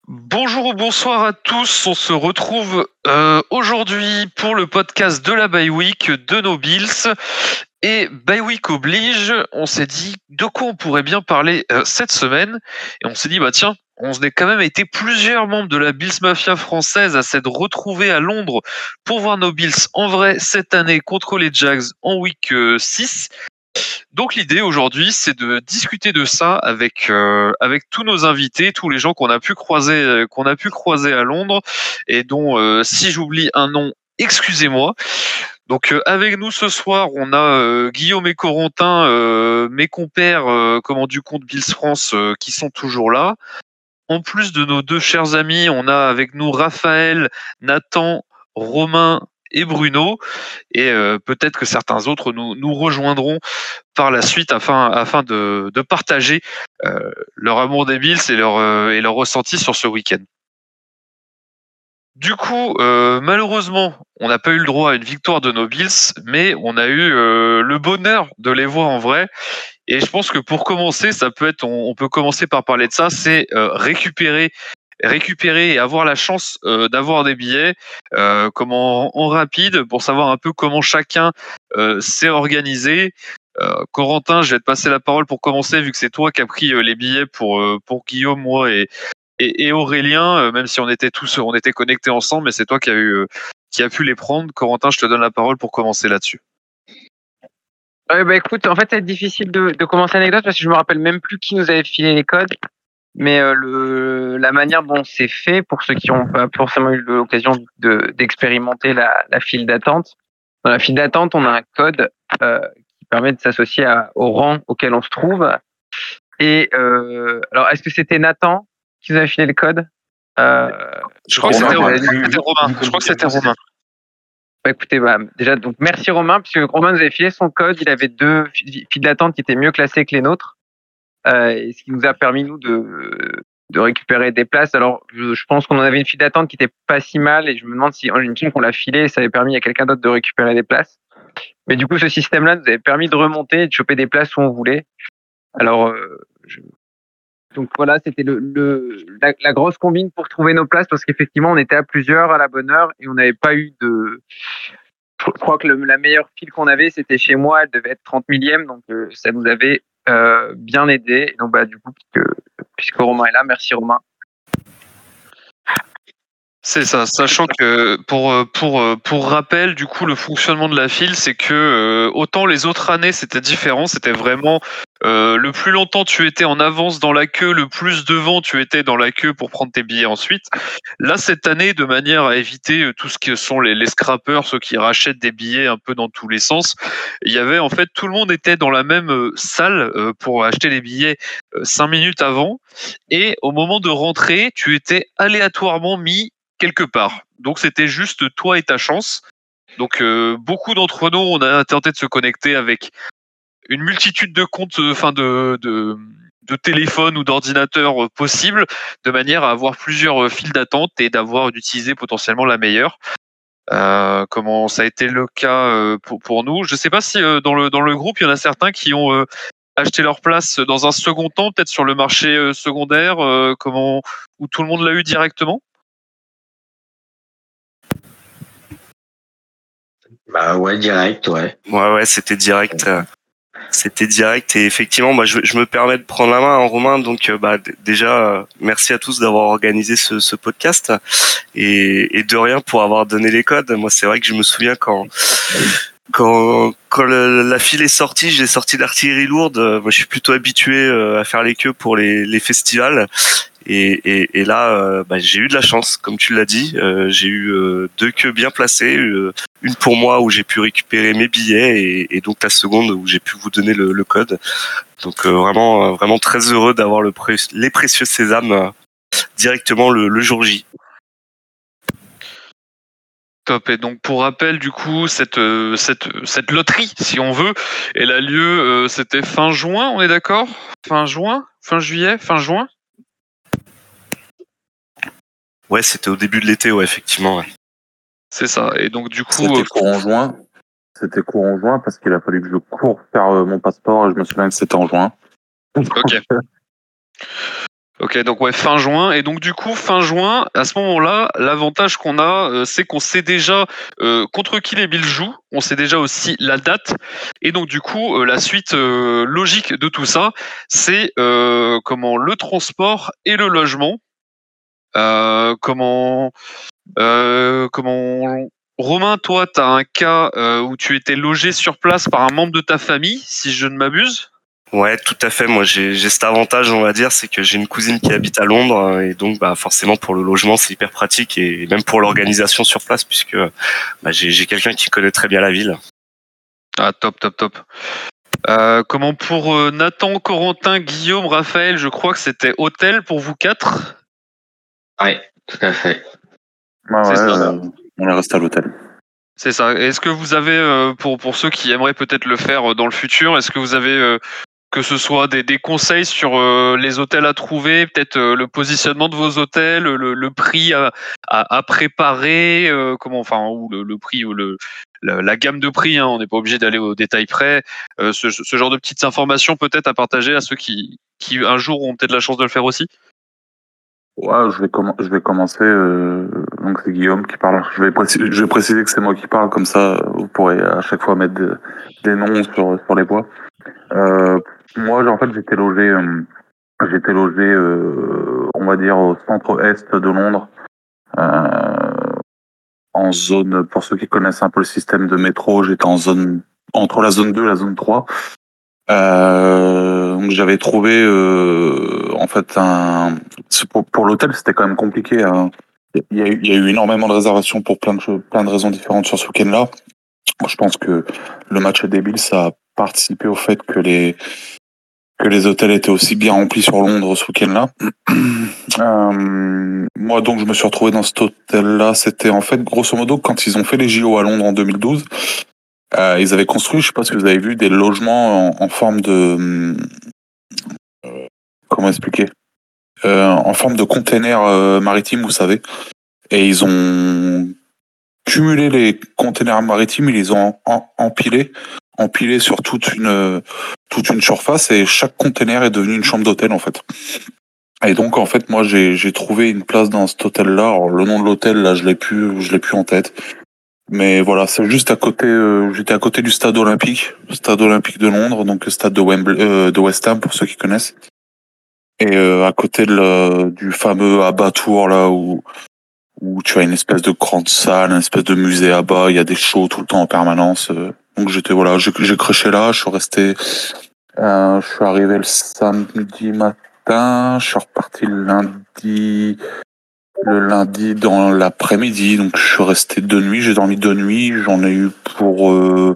Bonjour ou bonsoir à tous, on se retrouve aujourd'hui pour le podcast de la Bye Week de nos Bills. Et Bye Week oblige, on s'est dit de quoi on pourrait bien parler cette semaine. Et on s'est dit, bah tiens, on est quand même été plusieurs membres de la Bills Mafia française à s'être retrouvés à Londres pour voir nos Bills en vrai cette année contre les Jags en week 6. Donc l'idée aujourd'hui, c'est de discuter de ça avec tous nos invités, tous les gens qu'on a pu croiser à Londres et dont si j'oublie un nom, excusez-moi. Donc avec nous ce soir, on a Guillaume et Corentin, mes compères du compte Bills France qui sont toujours là. En plus de nos deux chers amis, on a avec nous Raphaël, Nathan, Romain et Bruno. Et peut-être que certains autres nous rejoindront par la suite afin de partager leur amour des Bills et leur ressenti sur ce week-end. Du coup, malheureusement, on n'a pas eu le droit à une victoire de nos Bills, mais on a eu le bonheur de les voir en vrai. Et je pense que pour commencer, on peut commencer par parler de ça, c'est récupérer et avoir la chance d'avoir des billets en rapide pour savoir un peu comment chacun s'est organisé. Corentin, je vais te passer la parole pour commencer vu que c'est toi qui as pris les billets pour Guillaume, moi et Aurélien, même si on était connectés ensemble, mais c'est toi qui a pu les prendre. Corentin, je te donne la parole pour commencer là-dessus. Écoute, en fait, c'est difficile de commencer l'anecdote parce que je me rappelle même plus qui nous avait filé les codes. Mais la manière dont c'est fait, pour ceux qui n'ont pas forcément eu l'occasion d'expérimenter la file d'attente, dans la file d'attente, on a un code qui permet de s'associer au rang auquel on se trouve. Et alors, est-ce que c'était Nathan qui nous avait filé le code Je crois que c'était Romain. Je crois que c'était Romain. Écoutez, déjà, donc merci Romain, puisque Romain nous avait filé son code. Il avait 2 files d'attente qui étaient mieux classées que les nôtres. Et ce qui nous a permis, nous, de récupérer des places. Alors, je pense qu'on en avait une file d'attente qui était pas si mal, et je me demande si, une fois qu'on l'a filé, ça avait permis à quelqu'un d'autre de récupérer des places. Mais du coup, ce système-là nous avait permis de remonter et de choper des places où on voulait. Alors, donc voilà, c'était la grosse combine pour trouver nos places, parce qu'effectivement, on était à plusieurs à la bonne heure, et on n'avait pas eu de... Je crois que la meilleure file qu'on avait, c'était chez moi, elle devait être 30 millième, donc ça nous avait bien aidé. Donc du coup, puisque Romain est là, merci Romain. C'est ça, sachant que pour rappel, du coup, le fonctionnement de la file, c'est que autant les autres années c'était différent, c'était vraiment le plus longtemps tu étais en avance dans la queue, le plus devant tu étais dans la queue pour prendre tes billets ensuite. Là, cette année, de manière à éviter tout ce que sont les scrappers, ceux qui rachètent des billets un peu dans tous les sens, il y avait en fait tout le monde était dans la même salle pour acheter les billets 5 minutes avant, et au moment de rentrer, tu étais aléatoirement mis quelque part. Donc c'était juste toi et ta chance. Donc beaucoup d'entre nous, on a tenté de se connecter avec une multitude de comptes, de téléphones ou d'ordinateurs possibles, de manière à avoir plusieurs files d'attente et d'utiliser potentiellement la meilleure. Comment ça a été le cas pour nous. Je ne sais pas si dans le groupe, il y en a certains qui ont acheté leur place dans un second temps, peut-être sur le marché secondaire, où tout le monde l'a eu directement. Bah ouais, direct, ouais. Ouais, c'était direct. C'était direct, et effectivement, je me permets de prendre la main, hein, Romain. Donc, déjà, merci à tous d'avoir organisé ce podcast, et de rien pour avoir donné les codes. Moi, c'est vrai que je me souviens quand la file est sortie, j'ai sorti l'artillerie lourde. Moi, je suis plutôt habitué à faire les queues pour les festivals. Et là, j'ai eu de la chance, comme tu l'as dit. J'ai eu 2 queues bien placées, une pour moi où j'ai pu récupérer mes billets, et donc la seconde où j'ai pu vous donner le code. Donc vraiment très heureux d'avoir les précieux sésames directement le jour J. Top. Et donc pour rappel, du coup, cette loterie, si on veut, elle a lieu, c'était fin juin, on est d'accord? Fin juillet, fin juin? Ouais, c'était au début de l'été, ouais, effectivement. Ouais. C'est ça. Et donc du coup, c'était courant juin. C'était courant juin parce qu'il a fallu que je cours faire mon passeport, et je me souviens que c'était en juin. Ok. Ok, donc ouais, fin juin. Et donc du coup, fin juin, à ce moment-là, l'avantage qu'on a, c'est qu'on sait déjà contre qui les Bills jouent. On sait déjà aussi la date. Et donc du coup, la suite logique de tout ça, c'est comment le transport et le logement. Comment Romain, toi, tu as un cas où tu étais logé sur place par un membre de ta famille, si je ne m'abuse. Ouais, tout à fait. Moi, j'ai cet avantage, on va dire, c'est que j'ai une cousine qui habite à Londres et donc, bah, forcément, pour le logement, c'est hyper pratique et même pour l'organisation sur place, puisque bah, j'ai quelqu'un qui connaît très bien la ville. Ah, top, top, top. Comment pour Nathan, Corentin, Guillaume, Raphaël, je crois que c'était hôtel pour vous quatre. Ouais, tout à fait. Ah C'est ça. On est resté à l'hôtel. C'est ça. Est-ce que vous avez, pour ceux qui aimeraient peut-être le faire dans le futur, est-ce que vous avez que ce soit des conseils sur les hôtels à trouver, peut-être le positionnement de vos hôtels, le prix à préparer, ou le prix ou la gamme de prix, hein, on n'est pas obligé d'aller au détail près, ce genre de petites informations peut-être à partager à ceux qui un jour auront peut-être la chance de le faire aussi. Ouais, je vais commencer. Donc c'est Guillaume qui parle. Je vais préciser que c'est moi qui parle, comme ça vous pourrez à chaque fois mettre des noms sur les voix. Moi, en fait, j'étais logé, on va dire, au centre-est de Londres, en zone. Pour ceux qui connaissent un peu le système de métro, j'étais en zone entre la zone 2 et la zone 3. Donc j'avais trouvé en fait pour l'hôtel, c'était quand même compliqué, hein. Il y a eu énormément de réservations pour plein de raisons différentes sur ce week-end-là. Je pense que le match des Bills ça a participé au fait que les hôtels étaient aussi bien remplis sur Londres ce week-end-là. Moi donc je me suis retrouvé dans cet hôtel-là. C'était en fait grosso modo quand ils ont fait les JO à Londres en 2012. Ils avaient construit, je sais pas si vous avez vu, des logements en forme de comment expliquer, en forme de container maritime, vous savez. Et ils ont cumulé les containers maritimes, ils les ont empilés sur toute une surface, et chaque container est devenu une chambre d'hôtel en fait. Et donc en fait moi j'ai trouvé une place dans cet hôtel-là. Alors le nom de l'hôtel là je l'ai plus en tête. Mais voilà, c'est juste à côté. J'étais à côté du stade olympique de Londres, donc le stade de Wembley, de West Ham pour ceux qui connaissent. Et à côté du fameux abattoir là où tu as une espèce de grande salle, une espèce de musée à bas. Il y a des shows tout le temps en permanence. Donc j'ai crêché là. Je suis resté. Je suis arrivé le samedi matin. Je suis reparti le lundi dans l'après-midi, donc je suis resté 2 nuits, j'ai dormi 2 nuits, j'en ai eu pour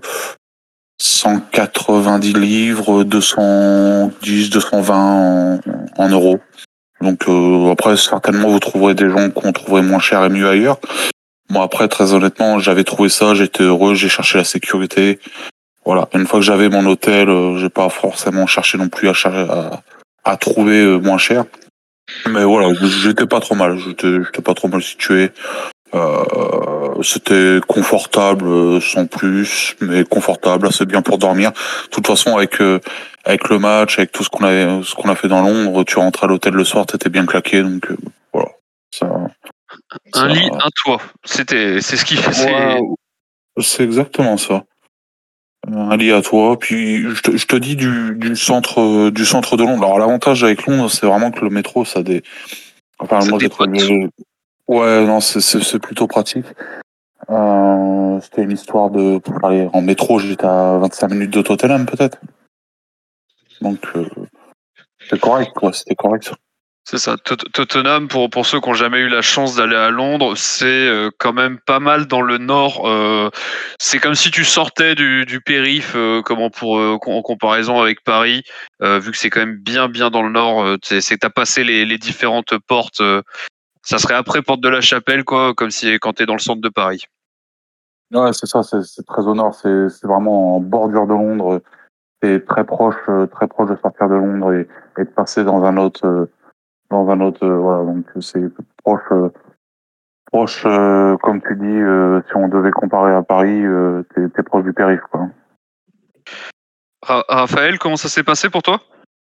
190 livres, 210, 220 en euros. Donc après, certainement, vous trouverez des gens qu'on trouverait moins cher et mieux ailleurs. Moi, après, très honnêtement, j'avais trouvé ça, j'étais heureux, j'ai cherché la sécurité. Voilà, une fois que j'avais mon hôtel, j'ai pas forcément cherché non plus à trouver moins cher. Mais voilà, j'étais pas trop mal, j'étais pas trop mal situé. C'était confortable sans plus, mais confortable, assez bien pour dormir. De toute façon, avec le match, avec tout ce qu'on a fait dans Londres, tu rentres à l'hôtel le soir, t'étais bien claqué, donc voilà. Un lit, un toit. C'est ce qui fait. Ouais, c'est exactement ça. Un lit à toi, puis je te dis du centre de Londres. Alors l'avantage avec Londres, c'est vraiment que le métro, ça des. Enfin, Ça moi j'ai dépote. trouvé. Ouais, non, c'est plutôt pratique. C'était une histoire de. Pour aller en métro, j'étais à 25 minutes de Tottenham, peut-être. Donc, c'était correct, quoi. C'était correct. C'est ça. Tottenham, pour ceux qui n'ont jamais eu la chance d'aller à Londres, c'est quand même pas mal dans le nord. C'est comme si tu sortais du périph', en comparaison avec Paris, vu que c'est quand même bien dans le nord. C'est que t'as passé les différentes portes. Ça serait après Porte de la Chapelle, quoi, comme si quand t'es dans le centre de Paris. Ouais, c'est ça, c'est très au nord. C'est vraiment en bordure de Londres. C'est très proche de sortir de Londres et de passer dans un autre. Voilà, donc c'est proche, comme tu dis, si on devait comparer à Paris, t'es proche du périph', quoi. Raphaël, comment ça s'est passé pour toi?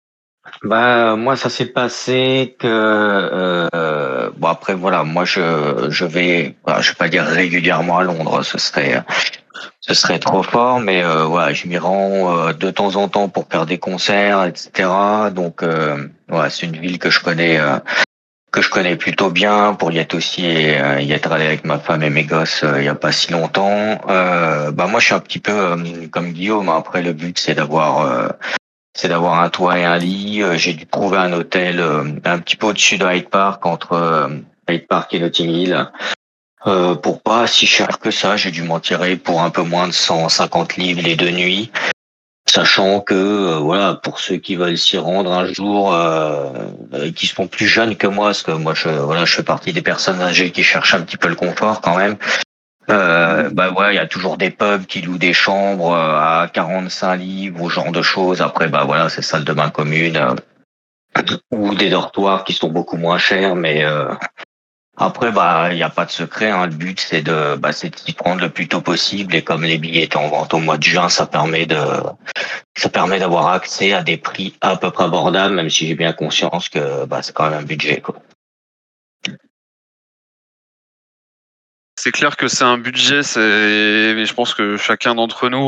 Bah moi ça s'est passé que bon après voilà moi je vais je vais pas dire régulièrement à Londres, ce serait trop fort, mais ouais, je m'y rends de temps en temps pour faire des concerts, etc. Donc ouais, c'est une ville que je connais plutôt bien pour y être aussi et y être allé avec ma femme et mes gosses il y a pas si longtemps. Bah moi je suis un petit peu comme Guillaume. Après le but c'est d'avoir un toit et un lit. J'ai dû trouver un hôtel un petit peu au-dessus de Hyde Park entre Hyde Park et Notting Hill. Pour pas si cher que ça, j'ai dû m'en tirer pour un peu moins de 150 livres les 2 nuits. Sachant que voilà, pour ceux qui veulent s'y rendre un jour, qui sont plus jeunes que moi, parce que moi je fais partie des personnes âgées qui cherchent un petit peu le confort quand même. Bah ouais, il y a toujours des pubs qui louent des chambres à 45 livres ou ce genre de choses. Après bah voilà, c'est salle de bain commune ou des dortoirs qui sont beaucoup moins chers, mais après, bah, il n'y a pas de secret, hein. Le but, c'est de s'y prendre le plus tôt possible. Et comme les billets étaient en vente au mois de juin, ça permet d'avoir accès à des prix à peu près abordables, même si j'ai bien conscience que, bah, c'est quand même un budget, quoi. C'est clair que c'est un budget, mais je pense que chacun d'entre nous,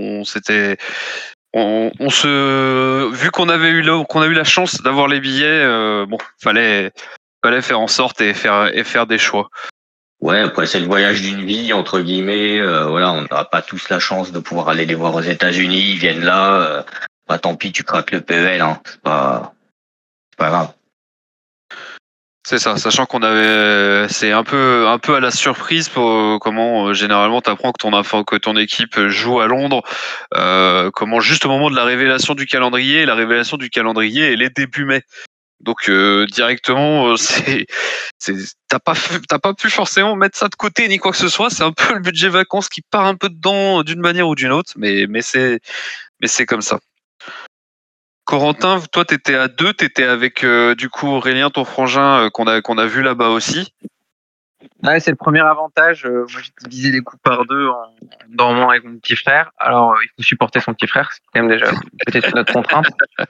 vu qu'on avait qu'on a eu la chance d'avoir les billets, bon, fallait faire en sorte et faire des choix. Ouais, après, c'est le voyage d'une vie, entre guillemets. Voilà, on n'aura pas tous la chance de pouvoir aller les voir aux États-Unis. Ils viennent là. Bah, tant pis, tu craques le PEL, hein. C'est pas grave. C'est ça, sachant c'est un peu à la surprise pour comment généralement t'apprends que ton équipe joue à Londres, comment juste au moment de la révélation du calendrier, elle est début mai. Donc directement, t'as pas pu forcément mettre ça de côté ni quoi que ce soit. C'est un peu le budget vacances qui part un peu dedans d'une manière ou d'une autre, mais c'est comme ça. Corentin, toi, t'étais à 2, t'étais avec du coup Aurélien, ton frangin, qu'on a vu là-bas aussi. Ouais, c'est le premier avantage. Moi, j'ai divisé les coûts par 2 en dormant avec mon petit frère. Alors, il faut supporter son petit frère, c'est quand même déjà peut-être notre contrainte.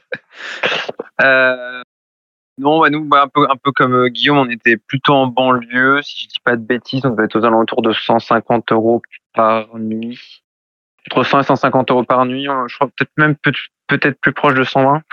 Non, bah, nous, bah, un peu comme Guillaume, on était plutôt en banlieue. Si je dis pas de bêtises, on devait être aux alentours de 150 € par nuit. Entre 100 et 150 € par nuit. Je crois peut-être plus proche de 120.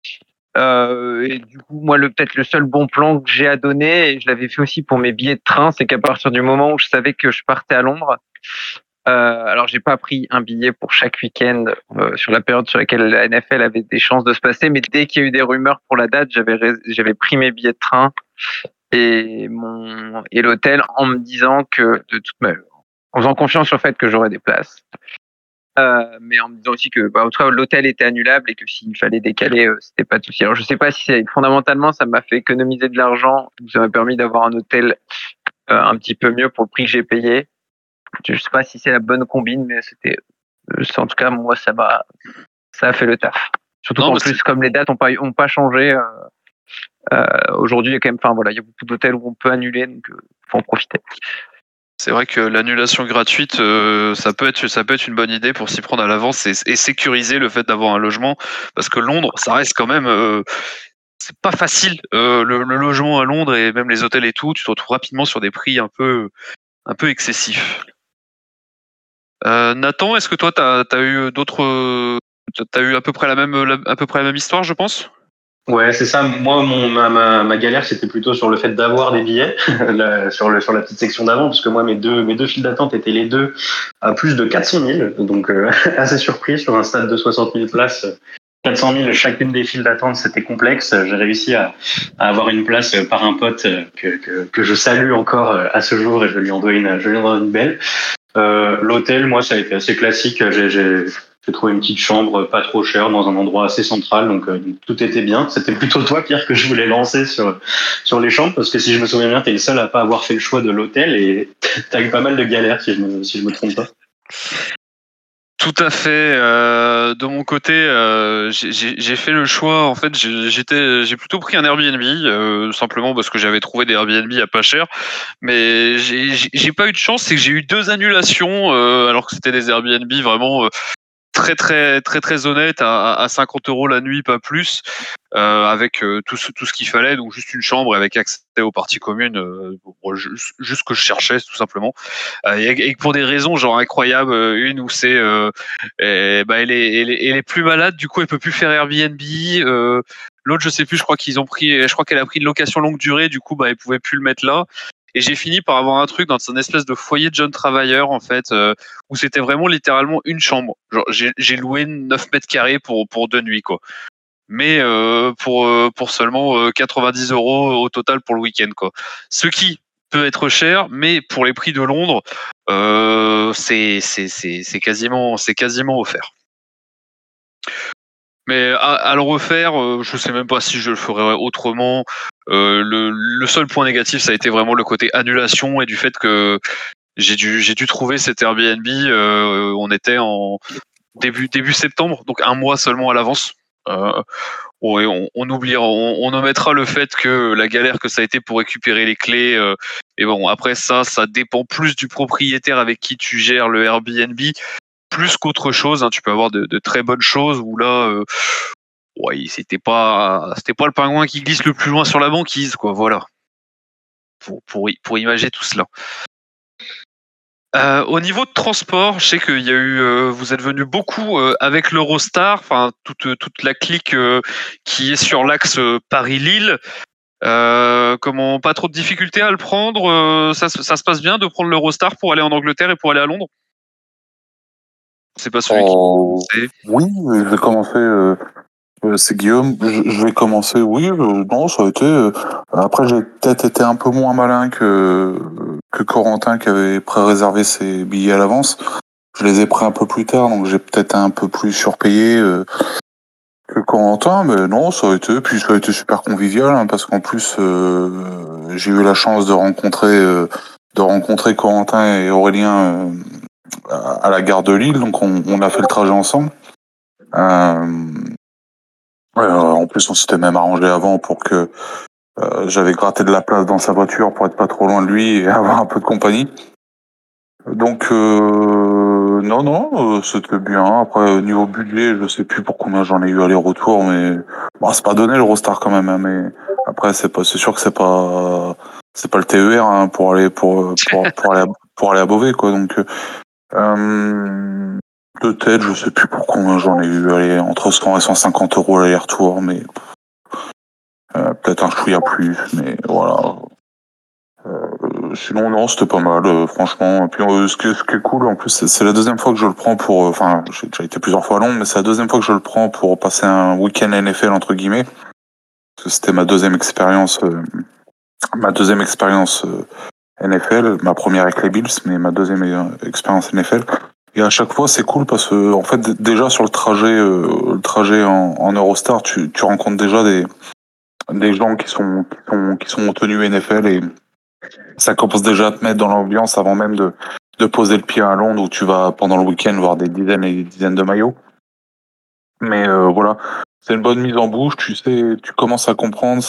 Et du coup, moi, peut-être le seul bon plan que j'ai à donner, et je l'avais fait aussi pour mes billets de train, c'est qu'à partir du moment où je savais que je partais à Londres, alors j'ai pas pris un billet pour chaque week-end sur la période sur laquelle la NFL avait des chances de se passer, mais dès qu'il y a eu des rumeurs pour la date, j'avais pris mes billets de train et l'hôtel en me disant que en faisant confiance sur le fait que j'aurais des places. Mais en me disant aussi que en tout cas, l'hôtel était annulable et que s'il fallait décaler, c'était pas de souci. Alors je sais pas si fondamentalement ça m'a fait économiser de l'argent, ça m'a permis d'avoir un hôtel un petit peu mieux pour le prix que j'ai payé. Je sais pas si c'est la bonne combine, mais en tout cas moi ça a fait le taf. Surtout qu'en plus comme les dates ont pas changé, aujourd'hui il y a quand même, il y a beaucoup d'hôtels où on peut annuler, donc faut en profiter. C'est vrai que l'annulation gratuite, ça peut être une bonne idée pour s'y prendre à l'avance et sécuriser le fait d'avoir un logement, parce que Londres, ça reste quand même, c'est pas facile. Le logement à Londres et même les hôtels et tout, tu te retrouves rapidement sur des prix un peu excessifs. Nathan, est-ce que toi t'as eu à peu près la même histoire, je pense? Ouais, c'est ça. Moi, ma galère, c'était plutôt sur le fait d'avoir des billets, sur la petite section d'avant, parce que moi, mes deux files d'attente étaient les deux à plus de 400 000. Donc, assez surpris sur un stade de 60 000 places. 400 000 chacune des files d'attente, c'était complexe. J'ai réussi à avoir une place par un pote que je salue encore à ce jour et je lui en dois une belle. L'hôtel, moi, ça a été assez classique. J'ai trouvé une petite chambre pas trop chère dans un endroit assez central, donc tout était bien. C'était plutôt toi, Pierre, que je voulais lancer sur les chambres, parce que si je me souviens bien, t'es le seul à pas avoir fait le choix de l'hôtel et t'as eu pas mal de galères, si je me trompe pas. Tout à fait. De mon côté, j'ai fait le choix. En fait, j'ai plutôt pris un Airbnb, simplement parce que j'avais trouvé des Airbnb à pas cher. Mais j'ai pas eu de chance, c'est que j'ai eu 2 annulations, alors que c'était des Airbnb vraiment très très très très honnête à 50 € la nuit, pas plus, avec tout ce qu'il fallait, donc juste une chambre avec accès aux parties communes, juste ce que je cherchais tout simplement, et pour des raisons genre incroyables, une où c'est elle est plus malade, du coup elle peut plus faire Airbnb. L'autre, je sais plus, je crois qu'elle a pris une location longue durée, du coup elle pouvait plus le mettre là. Et j'ai fini par avoir un truc dans une espèce de foyer de jeunes travailleurs, en fait, où c'était vraiment littéralement une chambre. Genre, j'ai loué 9 mètres carrés pour 2 nuits, quoi. Mais pour seulement 90 € au total pour le week-end, quoi. Ce qui peut être cher, mais pour les prix de Londres, c'est quasiment offert. Mais à le refaire, je sais même pas si je le ferais autrement. Le seul point négatif, ça a été vraiment le côté annulation et du fait que j'ai dû trouver cet Airbnb. On était en début septembre, donc un mois seulement à l'avance. On omettra le fait que la galère que ça a été pour récupérer les clés. Et bon, après ça dépend plus du propriétaire avec qui tu gères le Airbnb, plus qu'autre chose. Hein. Tu peux avoir de très bonnes choses où là, ouais, c'était pas le pingouin qui glisse le plus loin sur la banquise, quoi. Voilà. Pour imaginer tout cela. Au niveau de transport, je sais qu'il y a eu, vous êtes venu beaucoup avec l'Eurostar, enfin toute la clique qui est sur l'axe Paris-Lille. Comment, pas trop de difficultés à le prendre, ça se passe bien de prendre l'Eurostar pour aller en Angleterre et pour aller à Londres? C'est pas celui qui... Oui, je vais commencer. C'est Guillaume. Je vais commencer. Oui, non, ça a été. Après, j'ai peut-être été un peu moins malin que Corentin qui avait pré-réservé ses billets à l'avance. Je les ai pris un peu plus tard, donc j'ai peut-être un peu plus surpayé que Corentin, mais non, ça a été super convivial, hein, parce qu'en plus, j'ai eu la chance de rencontrer Corentin et Aurélien à la gare de Lille, donc on a fait le trajet ensemble. En plus, on s'était même arrangé avant pour que j'avais gratté de la place dans sa voiture pour être pas trop loin de lui et avoir un peu de compagnie. Donc non, c'était bien. Après, niveau budget, je sais plus pour combien j'en ai eu aller-retour, mais bon, c'est pas donné l'Eurostar quand même. Hein, mais après, c'est sûr que c'est pas le TER, hein, pour aller à Beauvais, quoi. Donc de tête, je sais plus pour combien j'en ai eu, entre 100 et 150 € l'aller-retour, mais peut-être un chouïa plus, mais voilà. Sinon, non, c'était pas mal, franchement. Et puis, ce qui est cool, en plus, c'est la deuxième fois que je le prends pour... Enfin, j'ai déjà été plusieurs fois à Londres, mais c'est la deuxième fois que je le prends pour passer un week-end NFL, entre guillemets. Parce que c'était ma deuxième expérience NFL, ma première avec les Bills, mais ma deuxième expérience NFL. Et à chaque fois, c'est cool parce que, en fait, déjà sur le trajet en Eurostar, tu rencontres déjà des gens qui sont en tenue NFL, et ça commence déjà à te mettre dans l'ambiance avant même de poser le pied à Londres, où tu vas pendant le week-end voir des dizaines et des dizaines de maillots. Mais voilà, c'est une bonne mise en bouche. Tu sais, tu commences à comprendre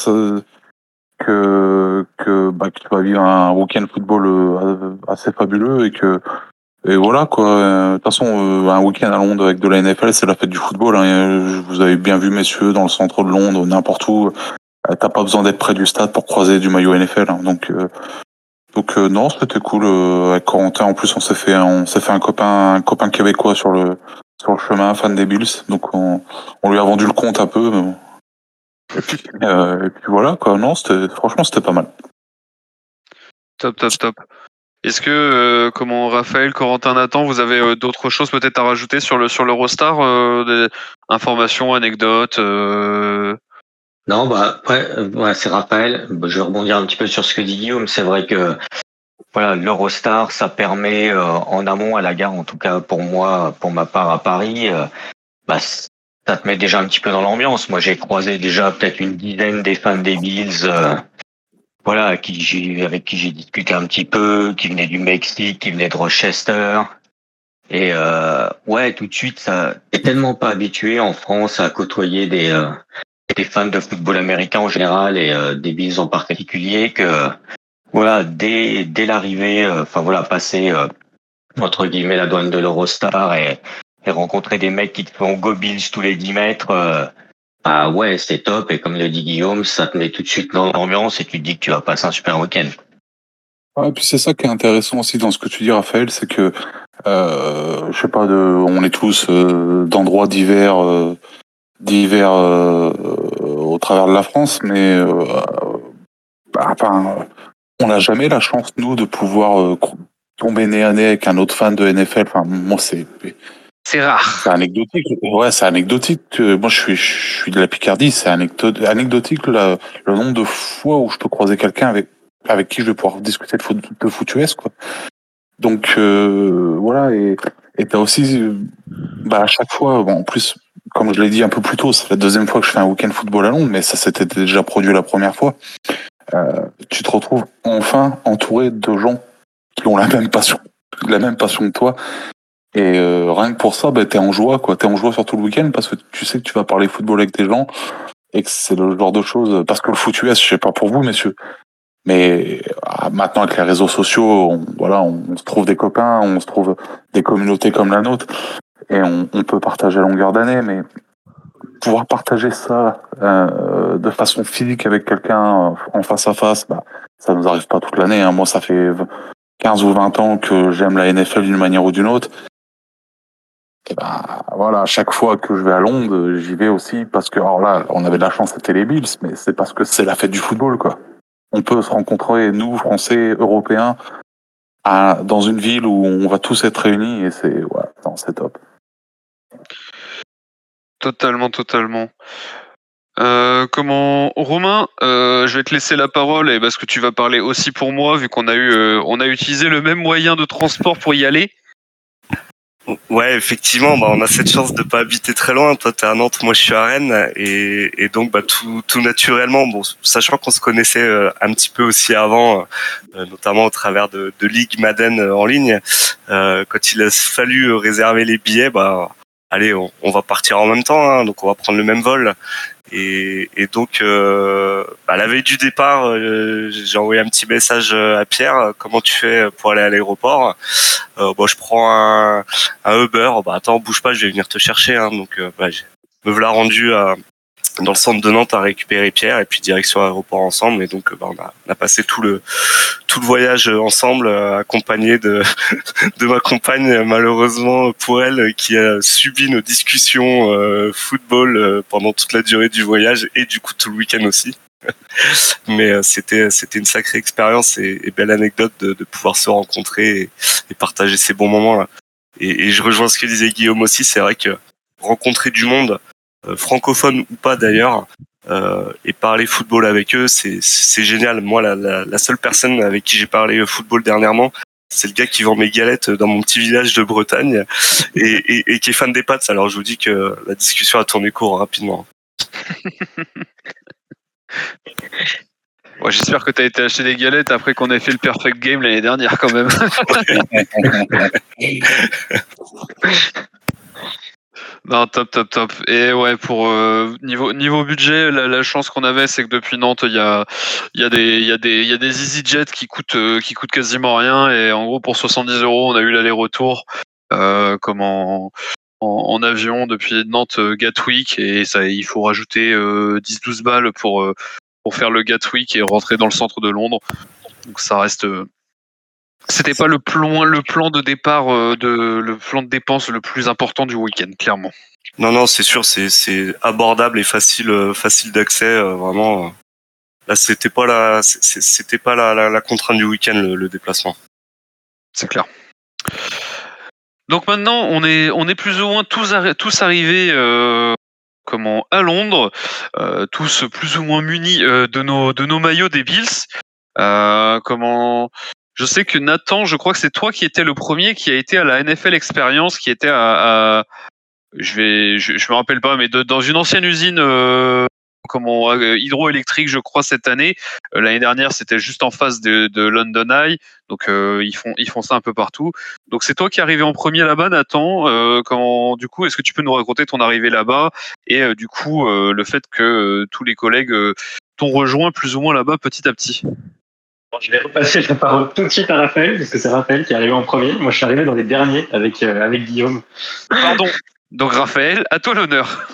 que tu vas vivre un week-end football assez fabuleux, et voilà, quoi. De toute façon, un week-end à Londres avec de la NFL, c'est la fête du football. Hein. Vous avez bien vu, messieurs, dans le centre de Londres, n'importe où. T'as pas besoin d'être près du stade pour croiser du maillot NFL. Hein. Donc non, c'était cool. Avec Corentin, en plus, on s'est fait un copain québécois sur le chemin, fan des Bills. Donc on lui a vendu le compte un peu. Mais bon. Et puis voilà, quoi. Non, franchement, c'était pas mal. Top. Est-ce que, Raphaël, Corentin, Nathan, vous avez d'autres choses peut-être à rajouter sur l'Eurostar, des informations, anecdotes Non, après, c'est Raphaël. Je vais rebondir un petit peu sur ce que dit Guillaume. C'est vrai que voilà, l'Eurostar, ça permet en amont à la gare, en tout cas pour moi, pour ma part à Paris, ça te met déjà un petit peu dans l'ambiance. Moi, j'ai croisé déjà peut-être une dizaine des fans des Bills. Avec qui j'ai discuté un petit peu, qui venaient du Mexique, qui venaient de Rochester. Et tout de suite, ça t'es tellement pas habitué en France à côtoyer des fans de football américain en général et des Bills en particulier que dès l'arrivée, passer entre guillemets la douane de l'Eurostar et et rencontrer des mecs qui te font go Bills tous les 10 mètres, ah ouais, c'est top. Et comme le dit Guillaume, ça te met tout de suite dans l'ambiance et tu te dis que tu vas passer un super week-end. Ouais, et puis c'est ça qui est intéressant aussi dans ce que tu dis, Raphaël, c'est que je sais pas, on est tous d'endroits divers, au travers de la France, mais enfin, on n'a jamais la chance nous de pouvoir tomber nez à nez avec un autre fan de NFL. Enfin, moi c'est rare. C'est anecdotique. Ouais, c'est anecdotique. Moi, je suis de la Picardie. C'est anecdotique le nombre de fois où je peux croiser quelqu'un avec qui je vais pouvoir discuter de foot US, quoi. Donc voilà. Et t'as aussi, à chaque fois. Bon, en plus, comme je l'ai dit un peu plus tôt, c'est la deuxième fois que je fais un week-end football à Londres, mais ça s'était déjà produit la première fois. Tu te retrouves enfin entouré de gens qui ont la même passion que toi. Et rien que pour ça, t'es en joie, quoi. T'es en joie sur tout le week-end parce que tu sais que tu vas parler football avec des gens et que c'est le genre de choses. Parce que le foot US, je sais pas pour vous, messieurs, mais maintenant avec les réseaux sociaux, on se trouve des copains, on se trouve des communautés comme la nôtre et on peut partager à longueur d'année. Mais pouvoir partager ça de façon physique avec quelqu'un en face à face, ça nous arrive pas toute l'année. Hein. Moi, ça fait 15 ou 20 ans que j'aime la NFL d'une manière ou d'une autre. Et voilà, à chaque fois que je vais à Londres, j'y vais aussi parce que, alors là, on avait de la chance, c'était les Bills, mais c'est parce que c'est la fête du football, quoi. On peut se rencontrer, nous, Français, Européens, dans une ville où on va tous être réunis et c'est top. Totalement. Romain, je vais te laisser la parole et parce que tu vas parler aussi pour moi vu qu'on a utilisé le même moyen de transport pour y aller. Ouais, effectivement, on a cette chance de pas habiter très loin. Toi, t'es à Nantes, moi je suis à Rennes, et donc tout naturellement, sachant qu'on se connaissait un petit peu aussi avant, notamment au travers de Ligue Madden en ligne. Quand il a fallu réserver les billets, allez, on va partir en même temps, hein, donc on va prendre le même vol. Et donc, la veille du départ, j'ai envoyé un petit message à Pierre. Comment tu fais pour aller à l'aéroport? Je prends un Uber. Attends, bouge pas, je vais venir te chercher. Hein. Donc, je me voilà rendu dans le centre de Nantes à récupérer Pierre et puis direction aéroport ensemble. Et donc, on a passé tout le voyage ensemble, accompagné de ma compagne, malheureusement pour elle, qui a subi nos discussions football pendant toute la durée du voyage et du coup tout le week-end aussi. Mais c'était une sacrée expérience et belle anecdote de pouvoir se rencontrer et partager ces bons moments là. Et je rejoins ce que disait Guillaume aussi. C'est vrai que rencontrer du monde, francophone ou pas d'ailleurs, et parler football avec eux, c'est génial. Moi, la seule personne avec qui j'ai parlé football dernièrement, c'est le gars qui vend mes galettes dans mon petit village de Bretagne et qui est fan des Pats. Alors je vous dis que la discussion a tourné court rapidement. Ouais, j'espère que tu as été acheter des galettes après qu'on ait fait le Perfect Game l'année dernière quand même. Non, top. Et ouais, pour niveau budget, la chance qu'on avait, c'est que depuis Nantes, il y a des EasyJet qui coûtent quasiment rien. Et en gros, pour 70 €, on a eu l'aller-retour comme en avion depuis Nantes Gatwick. Et ça, il faut rajouter 10-12 balles pour faire le Gatwick et rentrer dans le centre de Londres. Donc ça reste. C'était pas le plan de départ, le plan de dépense le plus important du week-end, clairement. Non, c'est sûr, c'est abordable et facile d'accès, vraiment. Là, c'était pas la contrainte du week-end, le déplacement. C'est clair. Donc maintenant, on est plus ou moins tous arrivés à Londres, tous plus ou moins munis de nos maillots des Bills. Je sais que Nathan, je crois que c'est toi qui étais le premier qui a été à la NFL Experience, qui était je me rappelle pas, mais dans une ancienne usine hydroélectrique, je crois, cette année. L'année dernière, c'était juste en face de London Eye. Donc ils font ça un peu partout. Donc c'est toi qui es arrivé en premier là-bas, Nathan. Du coup, est-ce que tu peux nous raconter ton arrivée là-bas et du coup le fait que tous les collègues t'ont rejoint plus ou moins là-bas petit à petit? Bon, je vais repasser la parole tout de suite à Raphaël, parce que c'est Raphaël qui est arrivé en premier. Moi, je suis arrivé dans les derniers avec Guillaume. Pardon. Donc Raphaël, à toi l'honneur.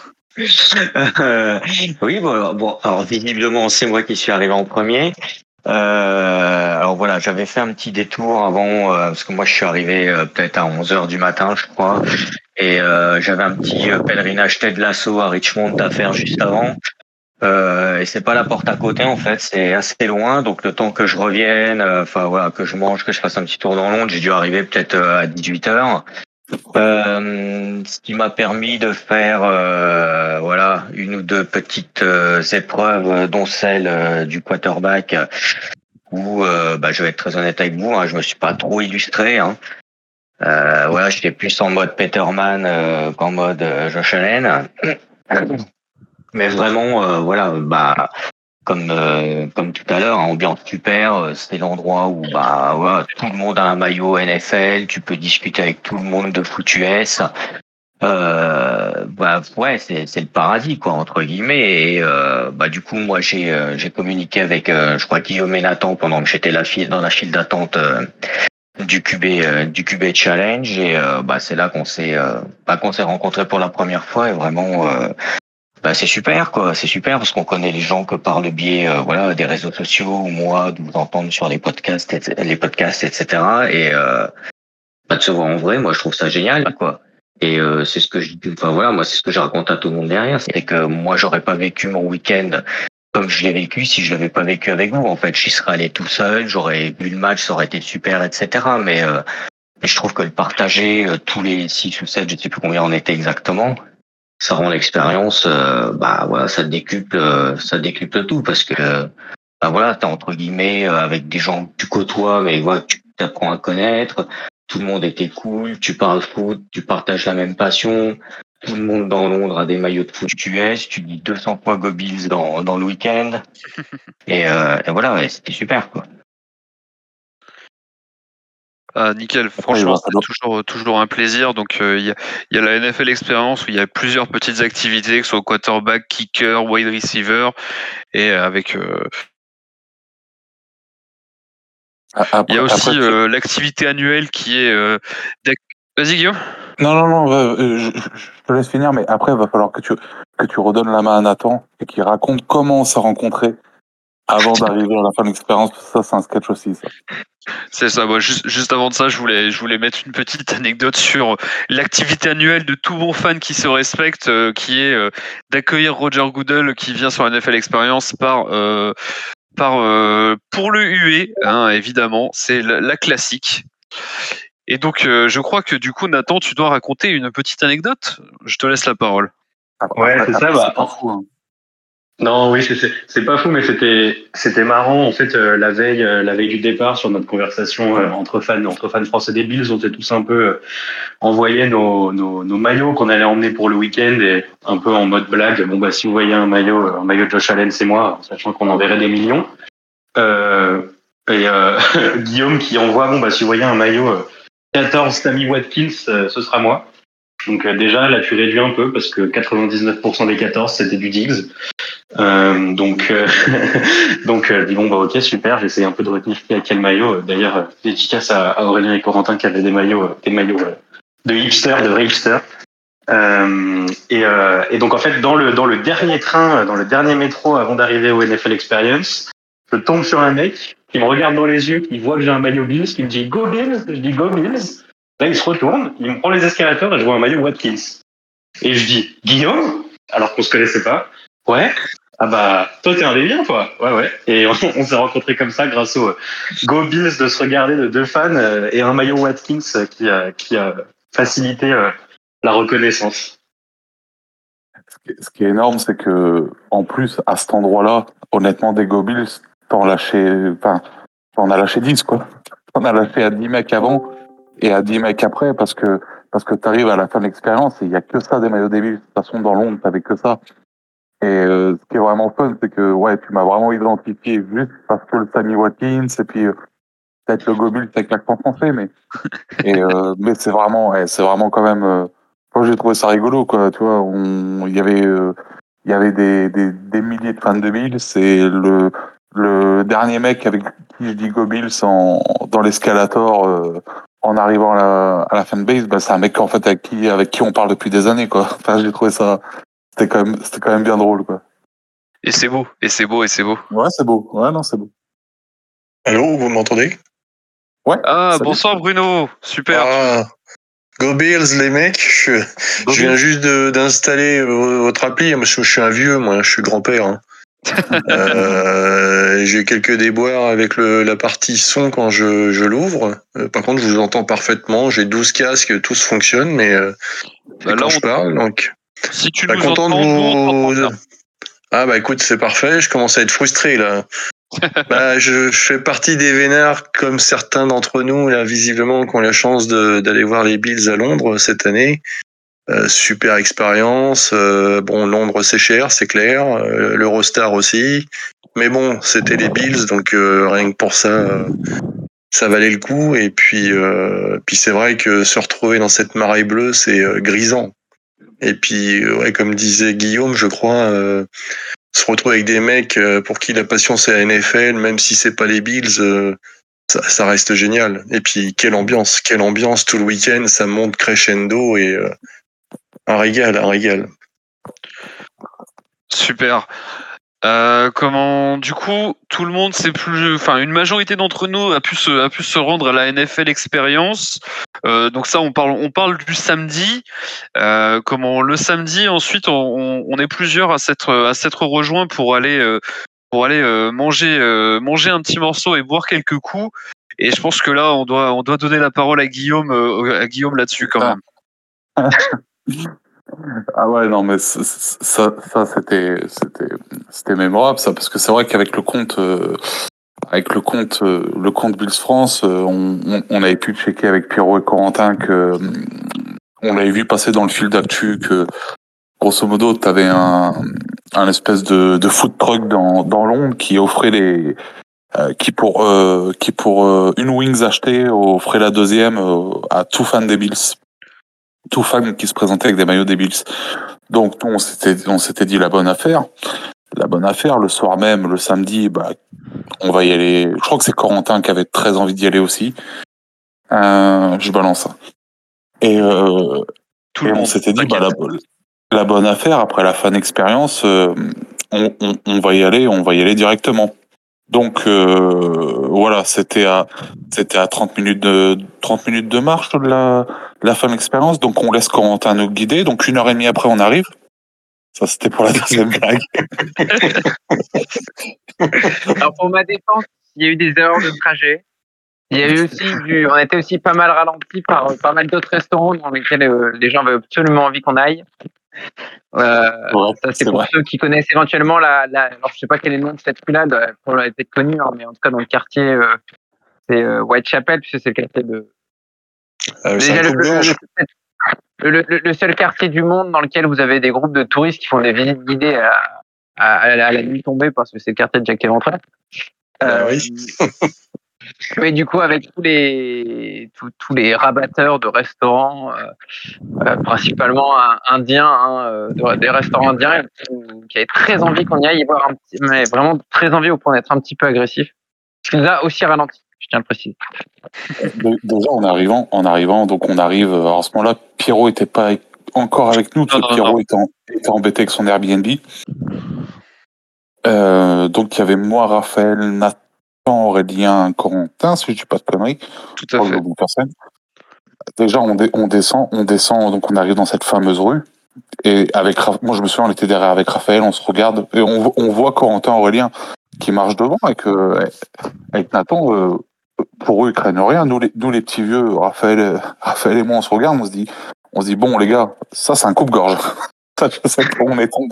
Oui, alors visiblement c'est moi qui suis arrivé en premier. Alors voilà, j'avais fait un petit détour avant, parce que moi je suis arrivé peut-être à 11h du matin, je crois, et j'avais un petit pèlerinage Ted Lasso à Richmond à faire juste avant. Et c'est pas la porte à côté en fait, c'est assez loin, donc le temps que je revienne, que je mange, que je fasse un petit tour dans Londres, j'ai dû arriver peut-être à 18h. Ce qui m'a permis de faire une ou deux petites épreuves, dont celle du quarterback, où je vais être très honnête avec vous, je me suis pas trop illustré. J'étais plus en mode Peterman qu'en mode Josh Allen. Mais vraiment, comme tout à l'heure, ambiance super. C'est l'endroit où tout le monde a un maillot NFL. Tu peux discuter avec tout le monde de foot US. C'est le paradis quoi entre guillemets. Et du coup, moi j'ai communiqué avec je crois Guillaume et Nathan pendant que j'étais dans la file d'attente du QB Challenge. Et c'est là qu'on s'est rencontrés pour la première fois. Et vraiment. C'est super quoi, c'est super parce qu'on connaît les gens que par le biais des réseaux sociaux ou moi de vous entendre sur les podcasts etc. Et de se voir en vrai, moi je trouve ça génial quoi. Et c'est ce que moi c'est ce que je raconte à tout le monde derrière, c'est que moi j'aurais pas vécu mon week-end comme je l'ai vécu si je l'avais pas vécu avec vous. En fait, j'y serais allé tout seul, j'aurais vu le match, ça aurait été super etc. Mais je trouve que le partager tous les 6 ou 7, je sais plus combien on était exactement, ça rend l'expérience ça décuple tout parce que t'es entre guillemets avec des gens que tu côtoies mais tu t'apprends à connaître, tout le monde était cool, tu parles foot, tu partages la même passion, tout le monde dans Londres a des maillots de foot US, tu dis 200 fois Go Bills dans le week-end et c'était super quoi. Ah, nickel, franchement, c'est toujours un plaisir. Donc, il y a la NFL Experience où il y a plusieurs petites activités, que ce soit quarterback, kicker, wide receiver, et avec. Il y a aussi l'activité annuelle qui est. Vas-y, Guillaume. Non, je te laisse finir, mais après, il va falloir que tu redonnes la main à Nathan et qu'il raconte comment on s'est rencontrés avant d'arriver à la fin de l'expérience. Ça, c'est un sketch aussi, ça. C'est ça. Moi, juste avant de ça, je voulais mettre une petite anecdote sur l'activité annuelle de tout bon fan qui se respecte, qui est d'accueillir Roger Goodell qui vient sur la NFL Experience pour le huer, évidemment, c'est la classique. Et donc, je crois que du coup, Nathan, tu dois raconter une petite anecdote. Je te laisse la parole. Ouais, c'est ça. C'est pas fou, hein. Non, oui, c'est pas fou, mais c'était marrant en fait la veille du départ sur notre conversation entre fans français des Bills, on s'est tous un peu envoyé nos maillots qu'on allait emmener pour le week-end et un peu en mode blague. Bon si vous voyez un maillot de Josh Allen, c'est moi, sachant qu'on enverrait des millions. Guillaume qui envoie si vous voyez un maillot 14 Sammy Watkins, ce sera moi. Donc déjà là tu réduis un peu parce que 99% des 14 c'était du Diggs. Donc ok super, j'essaie un peu de retenir quel maillot. D'ailleurs dédicace à Aurélien et Corentin qui avaient des maillots de hipster, de vrai hipster. Et donc en fait dans le dernier train, dans le dernier métro avant d'arriver au NFL Experience, je tombe sur un mec qui me regarde dans les yeux, qui voit que j'ai un maillot Bills, qui me dit Go Bills, je dis Go Bills. Là il se retourne, il me prend les escalators et je vois un maillot Watkins. Et je dis Guillaume, alors qu'on se connaissait pas. Ouais. Ah toi t'es un des biens toi. Ouais. Et on s'est rencontrés comme ça grâce au Go Bills de se regarder de deux fans et un maillot Watkins qui a facilité la reconnaissance. Ce qui est énorme, c'est que en plus à cet endroit-là, honnêtement, des Go Bills, t'en as lâché 10 quoi. T'en as lâché à 10 mecs avant et à 10 mecs après parce que t'arrives à la fin de l'expérience et il y a que ça des maillots des Bills. De toute façon, dans Londres, t'avais que ça. Et ce qui est vraiment fun, c'est que tu m'as vraiment identifié juste parce que le Sammy Watkins et puis peut-être le Go Bills avec l'accent français, mais c'est vraiment quand même. Moi, j'ai trouvé ça rigolo, quoi. Tu vois, il y avait des milliers de fans de Bills. C'est le le dernier mec avec qui je dis Go Bills dans l'escalator en arrivant à la fanbase, bah, c'est un mec en fait avec qui on parle depuis des années, quoi. Enfin, j'ai trouvé ça, c'était quand même bien drôle, quoi. Et c'est beau. Ouais, c'est beau. Ouais, non, c'est beau. Allô, vous m'entendez? Ouais. Ah, salut. bonsoir Bruno. Super. Ah, Go Bills, les mecs. Je viens juste d'installer votre appli. Moi, je suis un vieux, moi. Je suis grand-père. Hein. J'ai quelques déboires avec la partie son quand je l'ouvre. Par contre, je vous entends parfaitement. J'ai 12 casques, tous fonctionnent, mais c'est quand je parle. Donc, si tu pas nous content entends, de nous, on vous... t'entend bien. Ah bah écoute, c'est parfait. Je commence à être frustré là. Bah, je fais partie des vénards comme certains d'entre nous là, visiblement, qui ont la chance d'aller voir les Bills à Londres cette année. Super expérience. Bon, Londres c'est cher, c'est clair. L'Eurostar aussi. Mais bon, c'était les Bills, donc rien que pour ça, ça valait le coup. Et puis c'est vrai que se retrouver dans cette marée bleue, c'est grisant. Et puis, ouais, comme disait Guillaume, je crois, se retrouver avec des mecs pour qui la passion c'est la NFL, même si c'est pas les Bills, ça reste génial. Et puis, quelle ambiance tout le week-end, ça monte crescendo et un régal. Super. Du coup, tout le monde une majorité d'entre nous a pu se rendre à la NFL Experience. Donc ça, on parle du samedi. Le samedi, ensuite, on est plusieurs à s'être rejoints pour aller manger un petit morceau et boire quelques coups. Et je pense que là, on doit donner la parole à Guillaume là-dessus quand même. Ah ouais, non, mais ça c'était mémorable, ça, parce que c'est vrai qu'avec le compte Bills France, on avait pu checker avec Pierrot et Corentin que on l'avait vu passer dans le fil d'actu que grosso modo t'avais un espèce de food truck dans Londres qui offrait qui pour une wings achetée offrait la deuxième à tout fan des Bills. Tout fan qui se présentait avec des maillots des Bills. Donc on s'était dit la bonne affaire. Le soir même, le samedi, bah on va y aller. Je crois que c'est Corentin qui avait très envie d'y aller aussi. Je balance ça. Et on s'était dit bah la bonne affaire après la fan expérience, on va y aller directement. Donc voilà, c'était à 30 minutes de marche de la fan expérience. Donc on laisse Corentin nous guider. Donc 1h30 après on arrive. Ça c'était pour la deuxième blague. Alors pour ma défense, il y a eu des erreurs de trajet. Il y a eu aussi on a été aussi pas mal ralenti par pas mal d'autres restaurants dans lesquels les gens avaient absolument envie qu'on aille. Ça c'est pour ceux qui connaissent éventuellement alors je sais pas quel est le nom de cette rue-là, pour l'avoir été connu, hein, mais en tout cas dans le quartier c'est Whitechapel, puisque c'est le quartier de. Déjà le seul quartier du monde dans lequel vous avez des groupes de touristes qui font des visites guidées à la nuit tombée, parce que c'est le quartier de Jack Éventrel. Oui. Mais du coup, avec tous les rabatteurs de restaurants, principalement indiens, des restaurants indiens, qui avaient très envie qu'on y aille voir mais vraiment très envie au point d'être un petit peu agressif. Ce qui nous a aussi ralenti, je tiens à le préciser. Déjà en arrivant, donc on arrive. Alors à ce moment-là, Pierrot était pas encore avec nous, parce que Pierrot était embêté avec son Airbnb. Donc il y avait moi, Raphaël, Nathan, Aurélien, Corentin, si je dis pas de conneries. Tout à fait. Déjà on descend, donc on arrive dans cette fameuse rue. Et moi je me souviens, on était derrière avec Raphaël, on se regarde et on voit Corentin, Aurélien qui marche devant avec Nathan. Pour eux, ils craignent rien. Nous les petits vieux, Raphaël et moi, on se regarde, on se dit bon les gars, ça c'est un coupe-gorge. Ça, je sais pas où on est tombé.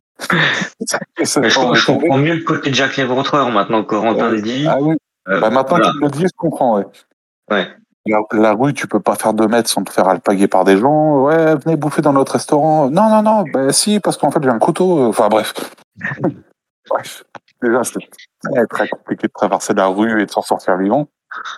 Je comprends mieux le côté de Jack Léventreur maintenant que Corentin le dit. Ah oui. Maintenant qu'il me le dit, je comprends. Ouais. La rue, tu peux pas faire 2 mètres sans te faire alpaguer par des gens. Ouais, venez bouffer dans notre restaurant. Non. Ben si, parce qu'en fait j'ai un couteau. Enfin bref. Déjà c'est très très compliqué de traverser la rue et de s'en sortir vivant.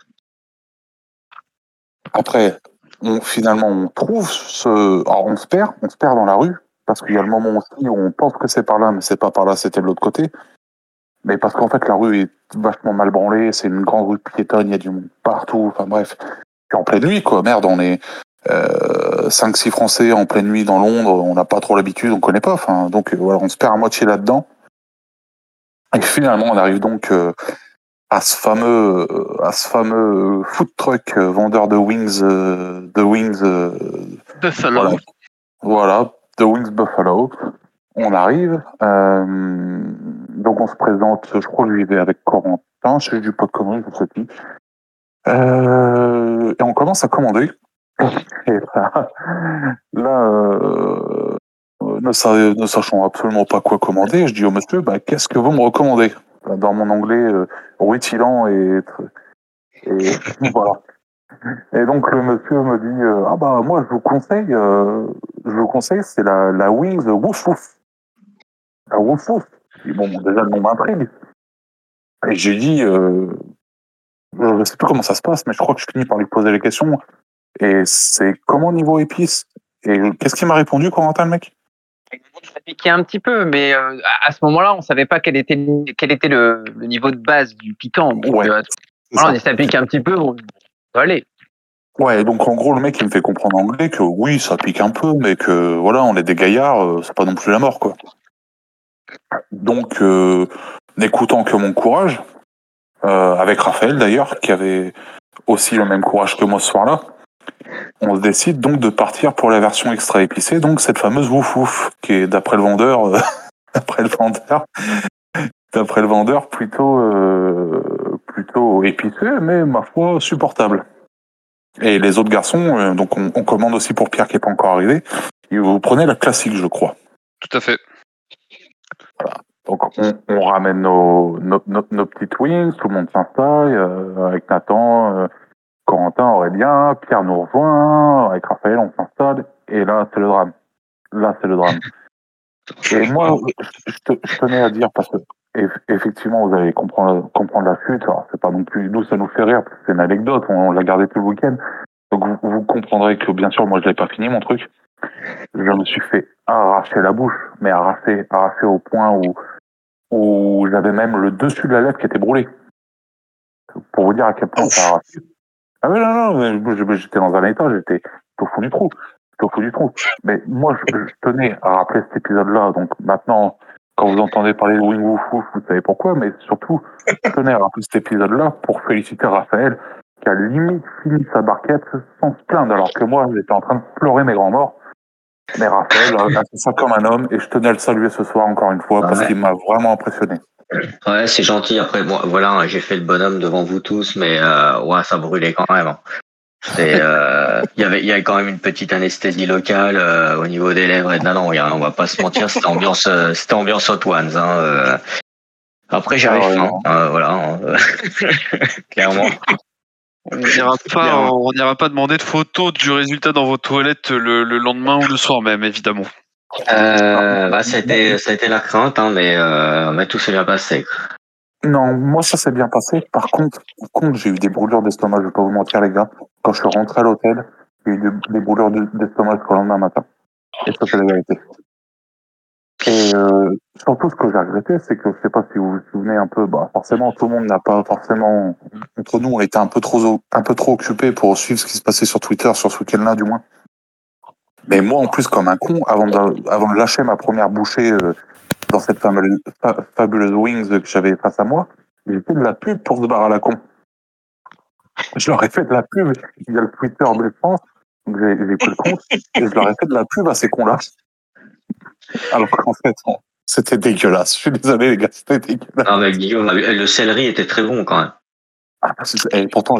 Après, finalement, on trouve alors on se perd dans la rue, parce qu'il y a le moment aussi où on pense que c'est par là, mais c'est pas par là, c'était de l'autre côté. Mais parce qu'en fait, la rue est vachement mal branlée, c'est une grande rue piétonne, il y a du monde partout, enfin bref. Puis en pleine nuit, quoi, merde, on est 5-6 Français en pleine nuit dans Londres, on n'a pas trop l'habitude, on connaît pas, enfin, donc voilà, on se perd à moitié là-dedans. Et finalement, on arrive donc à ce fameux food truck vendeur de wings, Buffalo. voilà, The Wings Buffalo. On arrive, donc on se présente, je crois que je vivais avec Corentin, si je dis pas de conneries, je sais plus. Et on commence à commander. Et ne sachant absolument pas quoi commander, je dis au monsieur, qu'est-ce que vous me recommandez? Dans mon anglais rutilant et voilà. Et donc le monsieur me dit, moi je vous conseille, c'est la Wings Woof Woof. La Woof Woof. Et bon, déjà le nom m'intrigue. Et j'ai dit, je sais plus comment ça se passe, mais je crois que je finis par lui poser les questions. Et c'est comment niveau épices? Et qu'est-ce qu'il m'a répondu, Corentin, le mec? Ça piquait un petit peu, mais à ce moment-là, on savait pas quel était le niveau de base du piquant. Donc, Ouais. voilà, on dit ça pique un petit peu, bon, ça va aller. Ouais, donc en gros, le mec, il me fait comprendre en anglais que oui, ça pique un peu, mais que voilà, on est des gaillards, c'est pas non plus la mort, quoi. Donc, n'écoutant que mon courage, avec Raphaël d'ailleurs, qui avait aussi le même courage que moi ce soir-là, on se décide donc de partir pour la version extra épicée, donc cette fameuse Wouf Wouf, qui est d'après le vendeur, plutôt épicée, mais ma foi supportable. Et les autres garçons, donc on commande aussi pour Pierre qui n'est pas encore arrivé. Et vous prenez la classique, je crois. Tout à fait. Voilà. Donc on ramène nos petites wings, tout le monde s'installe, avec Nathan, Corentin, Aurélien, Pierre nous rejoint, avec Raphaël on s'installe, et là c'est le drame. Et moi, je tenais à dire, parce que effectivement vous allez comprendre la chute, alors c'est pas non plus, nous ça nous fait rire, parce que c'est une anecdote, on l'a gardé tout le week-end. Donc vous comprendrez que bien sûr moi je l'ai pas fini mon truc. Je me suis fait arracher la bouche, mais arracher au point où j'avais même le dessus de la lèvre qui était brûlé. Pour vous dire à quel point ça a arraché. Ah oui, non, j'étais dans un état, j'étais au fond du trou. Mais moi je tenais à rappeler cet épisode-là, donc maintenant quand vous entendez parler de Wing Woof Woof, vous savez pourquoi, mais surtout je tenais à rappeler cet épisode-là pour féliciter Raphaël qui a limite fini sa barquette sans se plaindre, alors que moi, j'étais en train de pleurer mes grands morts. Mais Raphaël a fait ça comme un homme, et je tenais à le saluer ce soir encore une fois, parce qu'il m'a vraiment impressionné. Ouais, c'est gentil. Après, bon, voilà, j'ai fait le bonhomme devant vous tous, mais ouais, ça brûlait quand même. Il y avait quand même une petite anesthésie locale au niveau des lèvres. Et non, on va pas se mentir, c'était ambiance Hot Ones. Après, j'avais faim, voilà, clairement. On n'ira pas demander de photos du résultat dans vos toilettes le lendemain ou le soir même, évidemment. Ça a été la crainte, mais tout s'est bien passé. Non, moi ça s'est bien passé. Par contre, j'ai eu des brûlures d'estomac, je vais pas vous mentir les gars. Quand je suis rentré à l'hôtel, j'ai eu des brûlures d'estomac jusqu'au lendemain matin. Et ça, c'est la vérité. Et surtout, ce que j'ai regretté, c'est que je sais pas si vous vous souvenez un peu, forcément, tout le monde n'a pas forcément. Entre nous, on était un peu trop occupés pour suivre ce qui se passait sur Twitter, sur ce week-end-là, du moins. Mais moi, en plus, comme un con, avant de lâcher ma première bouchée dans cette fabuleuse Wings que j'avais face à moi, j'ai fait de la pub pour ce bar à la con. Je leur ai fait de la pub. Il y a le Twitter de France, donc j'ai pris le compte, et je leur ai fait de la pub à ces cons-là. Alors qu'en fait, c'était dégueulasse. Je suis désolé, les gars, c'était dégueulasse. Non, mais Guillaume, le céleri était très bon quand même. Et pourtant,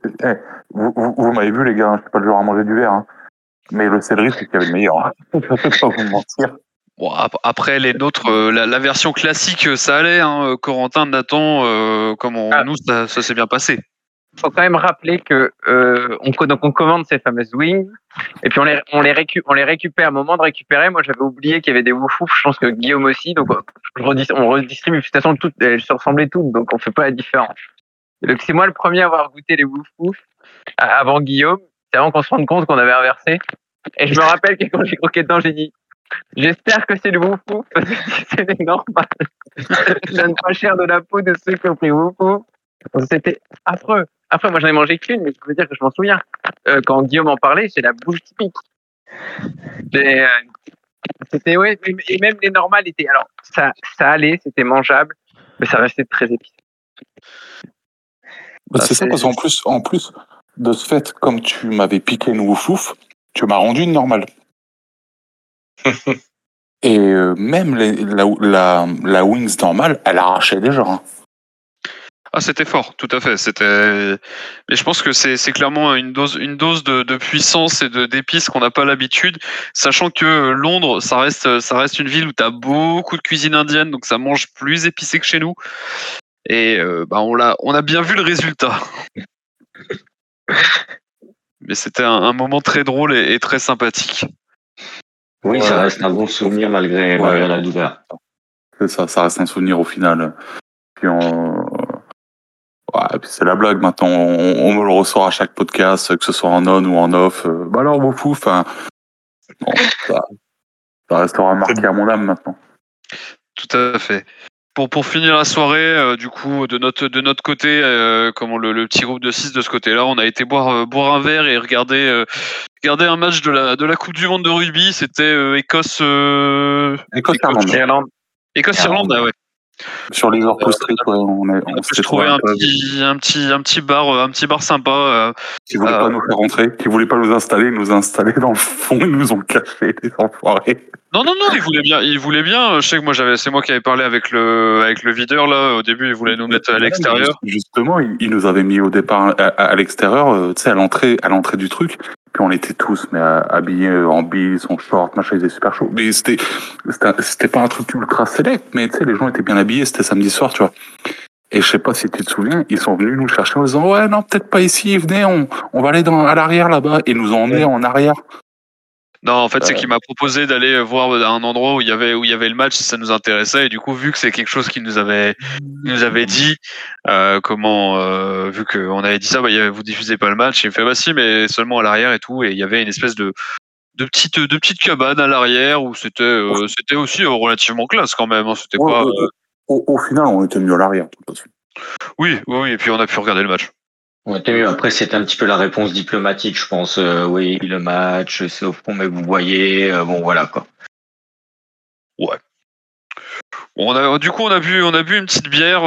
vous m'avez vu, les gars, je suis pas le genre à manger du verre, hein. Mais le céleri, c'est qu'il y avait le meilleur. Je ne vais pas vous mentir. Bon, après les nôtres, la version classique, ça allait. Corentin, Nathan, nous, ça s'est bien passé. Il faut quand même rappeler que on commande ces fameuses wings et puis on les récupère. Au moment de récupérer, moi j'avais oublié qu'il y avait des Wouf Wouf. Je pense que Guillaume aussi. Donc on redistribue. De toute façon, toutes elles se ressemblaient toutes, donc on fait pas la différence. Et donc c'est moi le premier à avoir goûté les Wouf Wouf avant Guillaume. C'est avant qu'on se rende compte qu'on avait inversé. Et je me rappelle que quand j'ai croqué dedans, j'ai dit J'espère que c'est le woufou, parce que c'est normal. Je donne pas cher de la peau de ceux qui ont pris woufou. C'était affreux. Après, moi, j'en ai mangé qu'une, mais je veux dire que je m'en souviens. Quand Guillaume en parlait, c'est la bouche qui pique. C'était, ouais, et même les normales étaient. Alors, ça allait, c'était mangeable, mais ça restait très épicé. C'est ça, parce qu'en plus de ce fait, comme tu m'avais piqué une woufou, tu m'as rendu une normale. Et même la wings normale, elle arrachait déjà. Hein. Ah, c'était fort, tout à fait. Mais je pense que c'est clairement une dose de puissance et d'épices qu'on n'a pas l'habitude, sachant que Londres, ça reste une ville où tu as beaucoup de cuisine indienne, donc ça mange plus épicé que chez nous. Et on a bien vu le résultat. Mais c'était un moment très drôle et très sympathique. Oui, ça reste un bon souvenir malgré la douleur. C'est ça reste un souvenir au final. Puis puis c'est la blague maintenant. On me le ressort à chaque podcast, que ce soit en on ou en off. Alors, beaucoup, ça restera marqué à mon âme maintenant. Tout à fait. Pour finir la soirée, du coup, de notre côté, le petit groupe de 6 de ce côté-là, on a été boire un verre et regarder un match de la Coupe du Monde de rugby. C'était Écosse-Irlande. Écosse-Irlande, ouais. Sur Liverpool Street, on s'était trouvé un petit bar sympa. Qui voulait pas nous faire rentrer, qui voulait pas nous installer dans le fond, ils nous ont caché, les enfoirés. Non, ils voulaient bien. Je sais que c'est moi qui avais parlé avec le videur là. Au début, ils voulaient nous mettre à l'extérieur. Justement, ils nous avaient mis au départ à l'extérieur, tu sais, à l'entrée du truc. Puis on était tous habillés en bis, en short, machin, il était super chaud. Mais c'était pas un truc ultra select, mais tu sais, les gens étaient bien habillés, c'était samedi soir, tu vois. Et je sais pas si tu te souviens, ils sont venus nous chercher en disant ouais, non, peut-être pas ici, venez, on va aller à l'arrière là-bas. Et ils nous ont emmenés en arrière. Non, en fait, c'est qu'il m'a proposé d'aller voir un endroit où il y avait le match si ça nous intéressait. Et du coup, vu que c'est quelque chose qu'il nous avait dit, vu qu'on avait dit ça, vous diffusez pas le match. Il me fait bah si, mais seulement à l'arrière et tout. Et il y avait une espèce de petite cabane à l'arrière où c'était aussi relativement classe quand même. Hein. C'était pas. Au final, on était mieux à l'arrière, de toute façon. Oui, et puis on a pu regarder le match. Ouais, t'es mieux. Après, c'était un petit peu la réponse diplomatique, je pense. Oui, le match, c'est au fond, mais vous voyez, bon, voilà, quoi. Ouais. On a bu une petite bière,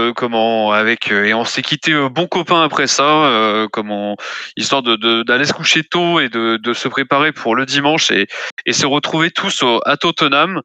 et on s'est quitté bon copain après ça, histoire d'aller se coucher tôt et de se préparer pour le dimanche et se retrouver tous à Tottenham.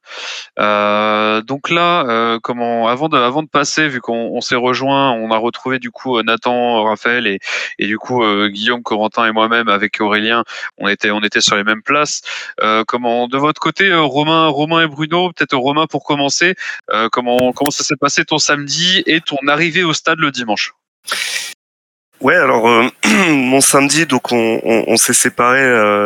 Donc là, avant de passer, vu qu'on s'est rejoint, on a retrouvé du coup Nathan, Raphaël et du coup Guillaume, Corentin et moi-même avec Aurélien, on était sur les mêmes places. De votre côté, Romain et Bruno, peut-être Romain pour commencer, comment ça s'est passé ton samedi et ton arrivée au stade le dimanche? Ouais, alors mon samedi, donc on s'est séparés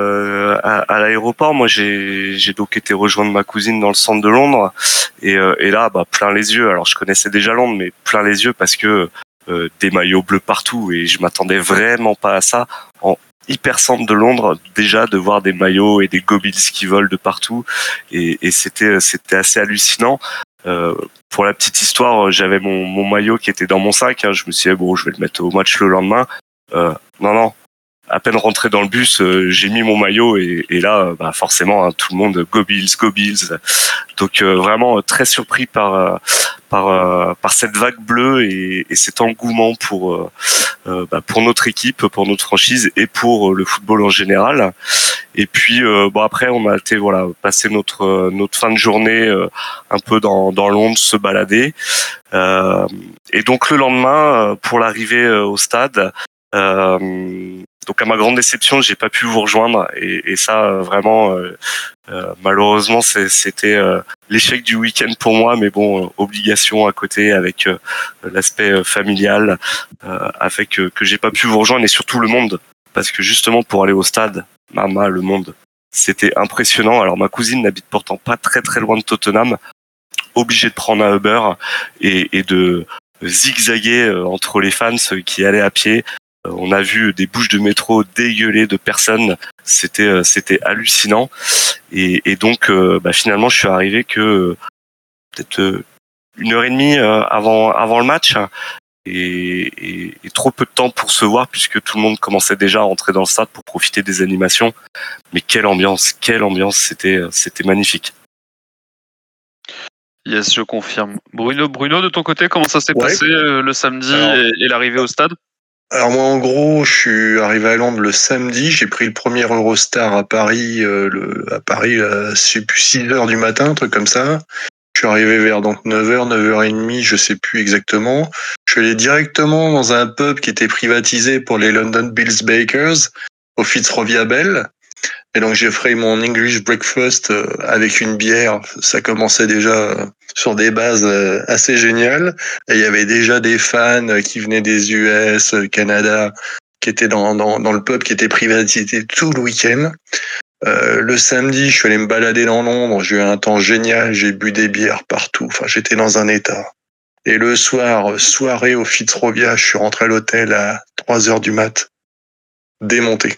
à l'aéroport. Moi, j'ai donc été rejoindre ma cousine dans le centre de Londres et là, plein les yeux. Alors, je connaissais déjà Londres, mais plein les yeux parce que des maillots bleus partout et je m'attendais vraiment pas à ça. En hyper centre de Londres, déjà de voir des maillots et des gobills qui volent de partout et c'était assez hallucinant. Pour la petite histoire, j'avais mon maillot qui était dans mon sac. Hein. Je me suis dit bon, je vais le mettre au match le lendemain. Non. À peine rentré dans le bus, j'ai mis mon maillot et là, forcément, hein, tout le monde gobills. Donc vraiment très surpris par cette vague bleue et cet engouement pour notre équipe, pour notre franchise et pour le football en général. Et puis après on a été passer notre fin de journée un peu dans Londres, se balader. Et donc le lendemain pour l'arrivée au stade, donc à ma grande déception, j'ai pas pu vous rejoindre et ça vraiment malheureusement c'était l'échec du week-end pour moi, mais bon obligation à côté avec l'aspect familial avec que j'ai pas pu vous rejoindre et surtout le monde parce que justement pour aller au stade, le monde, c'était impressionnant. Alors ma cousine n'habite pourtant pas très très loin de Tottenham, obligée de prendre un Uber et de zigzaguer entre les fans qui allaient à pied. On a vu des bouches de métro dégueulées de personnes. C'était hallucinant. Et donc, finalement, je suis arrivé que peut-être 1h30 avant le match. Et trop peu de temps pour se voir puisque tout le monde commençait déjà à rentrer dans le stade pour profiter des animations. Mais quelle ambiance, c'était magnifique. Yes, je confirme. Bruno, de ton côté, comment ça s'est passé le samedi et l'arrivée au stade? Alors moi, en gros, je suis arrivé à Londres le samedi. J'ai pris le premier Eurostar à Paris, je sais plus 6h du matin, un truc comme ça. Je suis arrivé vers donc 9h, 9h30, je sais plus exactement. Je suis allé directement dans un pub qui était privatisé pour les London Bills Bakers, au Fitzrovia Bell. Et donc j'ai fait mon English breakfast avec une bière. Ça commençait déjà sur des bases assez géniales. Et il y avait déjà des fans qui venaient des US, Canada, qui étaient dans le pub qui était privatisé tout le week-end. Le samedi, je suis allé me balader dans Londres. J'ai eu un temps génial. J'ai bu des bières partout. Enfin, j'étais dans un état. Et le soir, soirée au Fitzrovia, je suis rentré à l'hôtel à 3h du mat, démonté.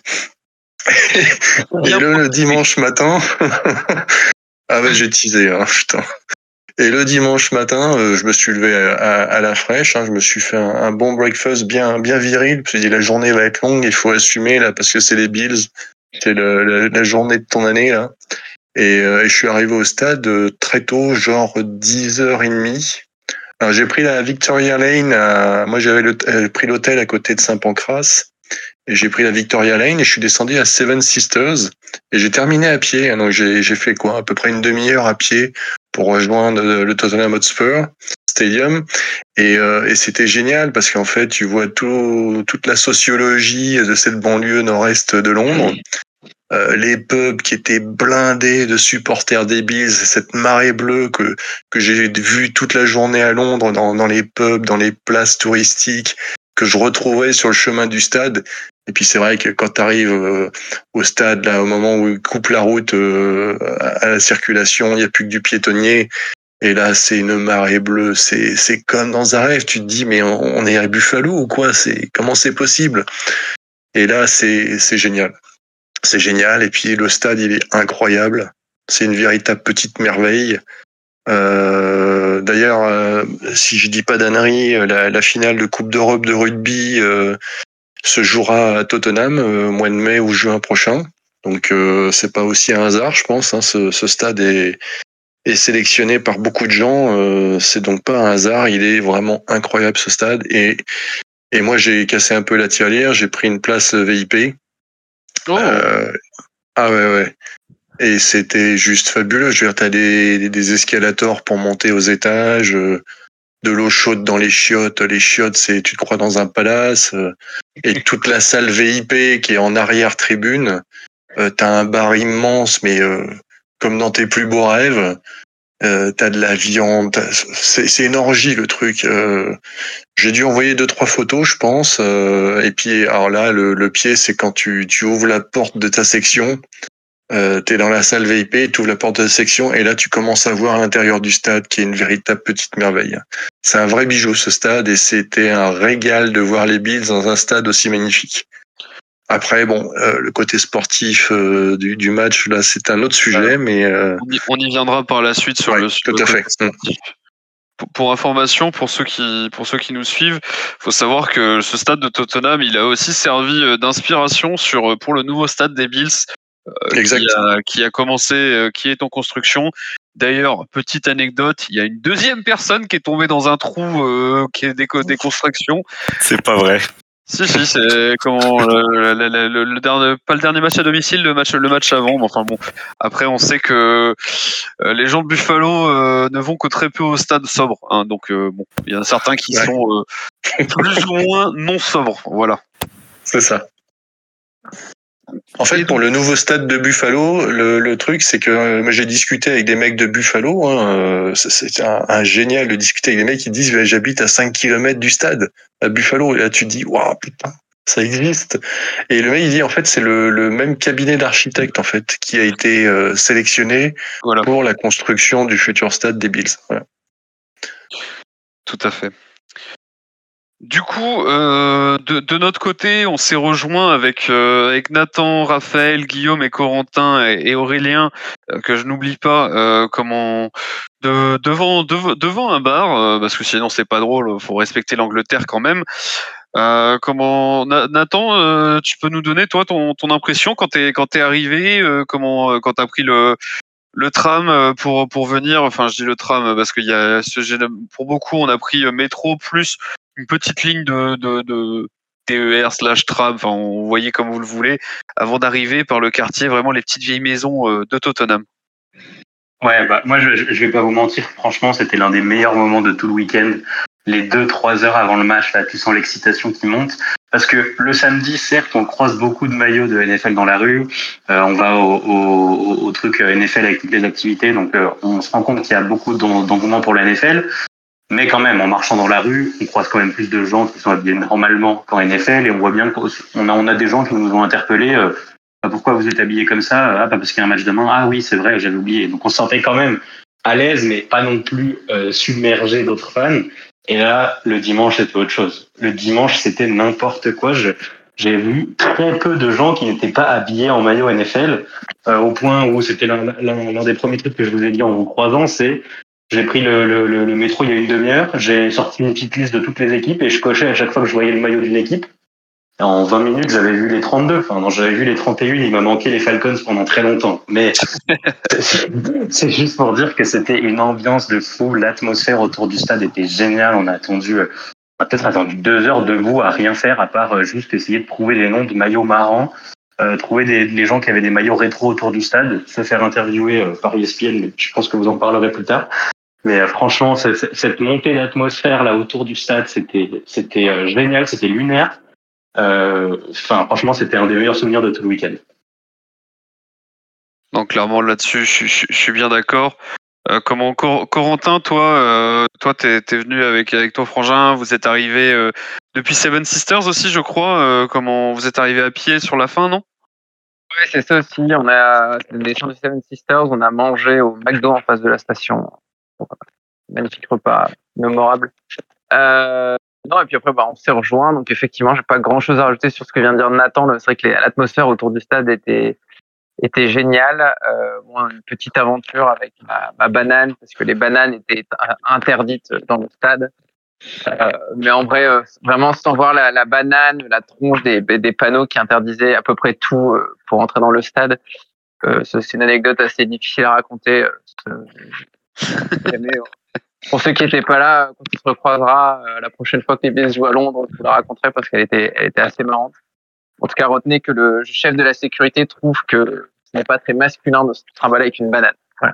Et le dimanche matin, ah ouais, j'ai teasé, hein, putain. Et le dimanche matin, je me suis levé à la fraîche, hein, je me suis fait un bon breakfast bien viril. Je me suis dit la journée va être longue, il faut assumer là parce que c'est les Bills, c'est la journée de ton année là. Et je suis arrivé au stade très tôt, genre 10h30. Alors j'ai pris la Victoria Lane, moi j'avais pris l'hôtel à côté de Saint-Pancras. Et j'ai pris la Victoria Lane et je suis descendu à Seven Sisters et j'ai terminé à pied. Donc j'ai fait quoi, à peu près une demi-heure à pied pour rejoindre le Tottenham Hotspur Stadium. Et c'était génial parce qu'en fait tu vois toute la sociologie de cette banlieue nord-est de Londres. Les pubs qui étaient blindés de supporters des Bills, cette marée bleue que j'ai vue toute la journée à Londres dans les pubs, dans les places touristiques, que je retrouvais sur le chemin du stade. Et puis c'est vrai que quand tu arrives au stade, là, au moment où ils coupent la route à la circulation, il n'y a plus que du piétonnier. Et là, c'est une marée bleue. C'est comme dans un rêve. Tu te dis, mais on est à Buffalo ou quoi? Comment c'est possible? Et là, c'est génial. C'est génial. Et puis le stade, il est incroyable. C'est une véritable petite merveille. D'ailleurs, si je dis pas d'ânerie, la finale de Coupe d'Europe de rugby se jouera à Tottenham au mois de mai ou juin prochain. Donc c'est pas aussi un hasard, je pense. Hein. Ce stade est sélectionné par beaucoup de gens. C'est donc pas un hasard. Il est vraiment incroyable ce stade. Et moi j'ai cassé un peu la tirelire. J'ai pris une place VIP. Oh. Ah ouais. Et c'était juste fabuleux. Je veux dire, t'as des escalators pour monter aux étages, de l'eau chaude dans les chiottes. Les chiottes, tu te crois dans un palace. Et toute la salle VIP qui est en arrière-tribune. T'as un bar immense, mais comme dans tes plus beaux rêves. T'as de la viande. C'est une orgie, le truc. J'ai dû envoyer 2-3 photos, je pense. Et puis, alors là, le pied, c'est quand tu ouvres la porte de ta section. T'es dans la salle VIP, tu ouvres la porte de la section et là tu commences à voir à l'intérieur du stade qui est une véritable petite merveille. C'est un vrai bijou ce stade et c'était un régal de voir les Bills dans un stade aussi magnifique. Après bon, le côté sportif du match là c'est un autre sujet, mais on y viendra par la suite sur le tout à fait. Sportif. Pour information, pour ceux qui nous suivent, faut savoir que ce stade de Tottenham, il a aussi servi d'inspiration pour le nouveau stade des Bills. Qui a commencé, qui est en construction. D'ailleurs, petite anecdote, il y a une deuxième personne qui est tombée dans un trou qui est des constructions. C'est pas vrai. Si, c'est comment le dernier, pas le dernier match à domicile, le match avant. Mais enfin bon, après on sait que les gens de Buffalo ne vont que très peu au stade sobre. Hein, donc bon, il y en a certains qui sont plus ou moins non sobres. Voilà. C'est ça. En fait, pour le nouveau stade de Buffalo, le truc, c'est que j'ai discuté avec des mecs de Buffalo. Hein, c'est un génial de discuter avec des mecs qui disent « J'habite à 5 km du stade, à Buffalo. » Et là, tu te dis « Waouh, putain, ça existe !» Et le mec, il dit « En fait, c'est le même cabinet d'architectes en fait, qui a été sélectionné pour la construction du futur stade des Bills. » Voilà. Tout à fait. Du coup, de notre côté, on s'est rejoint avec Nathan, Raphaël, Guillaume et Corentin et Aurélien, que je n'oublie pas, devant un bar, parce que sinon c'est pas drôle, faut respecter l'Angleterre quand même. Nathan, tu peux nous donner toi ton impression quand t'es arrivé, quand t'as pris le tram pour venir, enfin je dis le tram parce qu'il y a pour beaucoup on a pris métro plus une petite ligne de TER/tram, enfin on voyait comme vous le voulez, avant d'arriver par le quartier, vraiment les petites vieilles maisons de Tottenham. Ouais, bah moi je vais pas vous mentir, franchement c'était l'un des meilleurs moments de tout le week-end. Les 2-3 heures avant le match, là tu sens l'excitation qui monte. Parce que le samedi, certes, on croise beaucoup de maillots de NFL dans la rue. On va au truc NFL avec toutes les activités, donc on se rend compte qu'il y a beaucoup d'engouement pour la NFL. Mais quand même, en marchant dans la rue, on croise quand même plus de gens qui sont habillés normalement qu'en NFL, et on voit bien qu'on a des gens qui nous ont interpellés. Pourquoi vous êtes habillés comme ça? Ah, parce qu'il y a un match demain. Ah oui, c'est vrai, j'avais oublié. Donc on se sentait quand même à l'aise, mais pas non plus submergé d'autres fans. Et là, le dimanche, c'était autre chose. Le dimanche, c'était n'importe quoi. J'ai vu très peu de gens qui n'étaient pas habillés en maillot NFL, au point où c'était l'un des premiers trucs que je vous ai dit en vous croisant, c'est j'ai pris le métro il y a une demi-heure, j'ai sorti une petite liste de toutes les équipes et je cochais à chaque fois que je voyais le maillot d'une équipe. Et en 20 minutes, j'avais vu les 32. Enfin, non, j'avais vu les 31. Il m'a manqué les Falcons pendant très longtemps. Mais c'est juste pour dire que c'était une ambiance de fou. L'atmosphère autour du stade était géniale. On a peut-être attendu 2 heures debout à rien faire à part juste essayer de trouver les noms de maillots marrants, trouver les gens qui avaient des maillots rétro autour du stade, se faire interviewer par ESPN. Mais je pense que vous en parlerez plus tard. Mais franchement, cette montée d'atmosphère là autour du stade, c'était génial, c'était lunaire. Franchement, c'était un des meilleurs souvenirs de tout le week-end. Donc clairement là-dessus, je suis bien d'accord. Corentin, toi, t'es venu avec ton frangin, vous êtes arrivé depuis Seven Sisters aussi, je crois. Comment vous êtes arrivé à pied sur la fin, non? Ouais, c'est ça aussi. On a descendu Seven Sisters, on a mangé au McDo en face de la station. Magnifique repas, mémorable. Non, et puis après, on s'est rejoints. Donc effectivement, j'ai pas grand-chose à rajouter sur ce que vient de dire Nathan. C'est vrai que l'atmosphère autour du stade était géniale. Une petite aventure avec ma banane, parce que les bananes étaient interdites dans le stade. Mais en vrai, vraiment sans voir la banane, la tronche des panneaux qui interdisaient à peu près tout pour entrer dans le stade. C'est une anecdote assez difficile à raconter. Pour ceux qui n'étaient pas là, quand on se recroisera la prochaine fois que les Bills jouent à Londres, je vous la raconterai parce qu'elle était assez marrante. En tout cas, retenez que le chef de la sécurité trouve que ce n'est pas très masculin de se trimballer avec une banane. Voilà.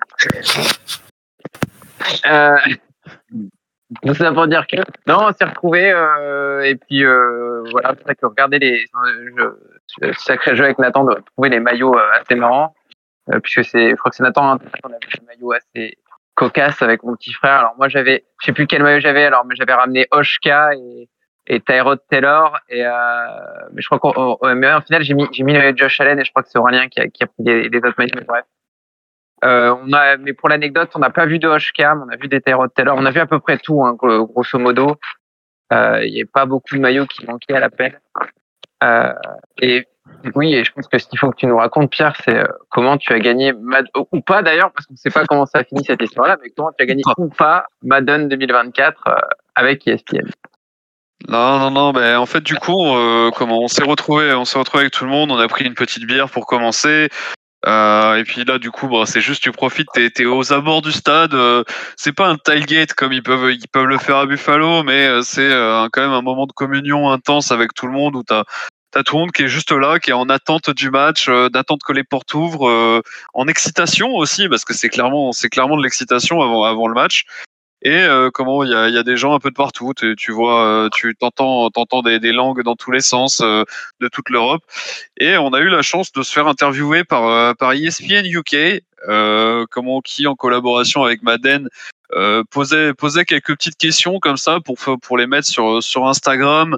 Tout ça pour dire que non, on s'est retrouvés et puis voilà, c'est vrai que regarder le sacré jeu avec Nathan de trouver les maillots assez marrants, puisque je crois que c'est Nathan, on avait des maillots assez cocasse avec mon petit frère. Alors moi je sais plus quel maillot j'avais, mais j'avais ramené Oshka et Tyrod Taylor mais je crois qu'au final j'ai mis le maillot de Josh Allen et je crois que c'est Aurélien qui a pris des autres maillots, mais bref. Mais pour l'anecdote, on n'a pas vu de Oshka, mais on a vu des Tyrod Taylor, on a vu à peu près tout, hein, grosso modo. Il n'y avait pas beaucoup de maillots qui manquaient à l'appel. Et oui, et je pense que ce qu'il faut que tu nous racontes, Pierre, c'est comment tu as gagné ou pas d'ailleurs, parce qu'on ne sait pas comment ça a fini cette histoire-là, mais comment tu as gagné ou pas Madden 2024 avec ESPN. Non. Ben en fait, du coup, on s'est retrouvé avec tout le monde. On a pris une petite bière pour commencer. Et puis là, du coup, c'est juste tu profites. T'es aux abords du stade. C'est pas un tailgate comme ils peuvent le faire à Buffalo, mais c'est quand même un moment de communion intense avec tout le monde où t'as tout le monde qui est juste là, qui est en attente du match, d'attente que les portes ouvrent, en excitation aussi, parce que c'est clairement de l'excitation avant le match. Et il y a des gens un peu de partout. Tu vois, tu t'entends des langues dans tous les sens de toute l'Europe. Et on a eu la chance de se faire interviewer par ESPN UK, qui en collaboration avec Madden posait quelques petites questions comme ça pour les mettre sur Instagram.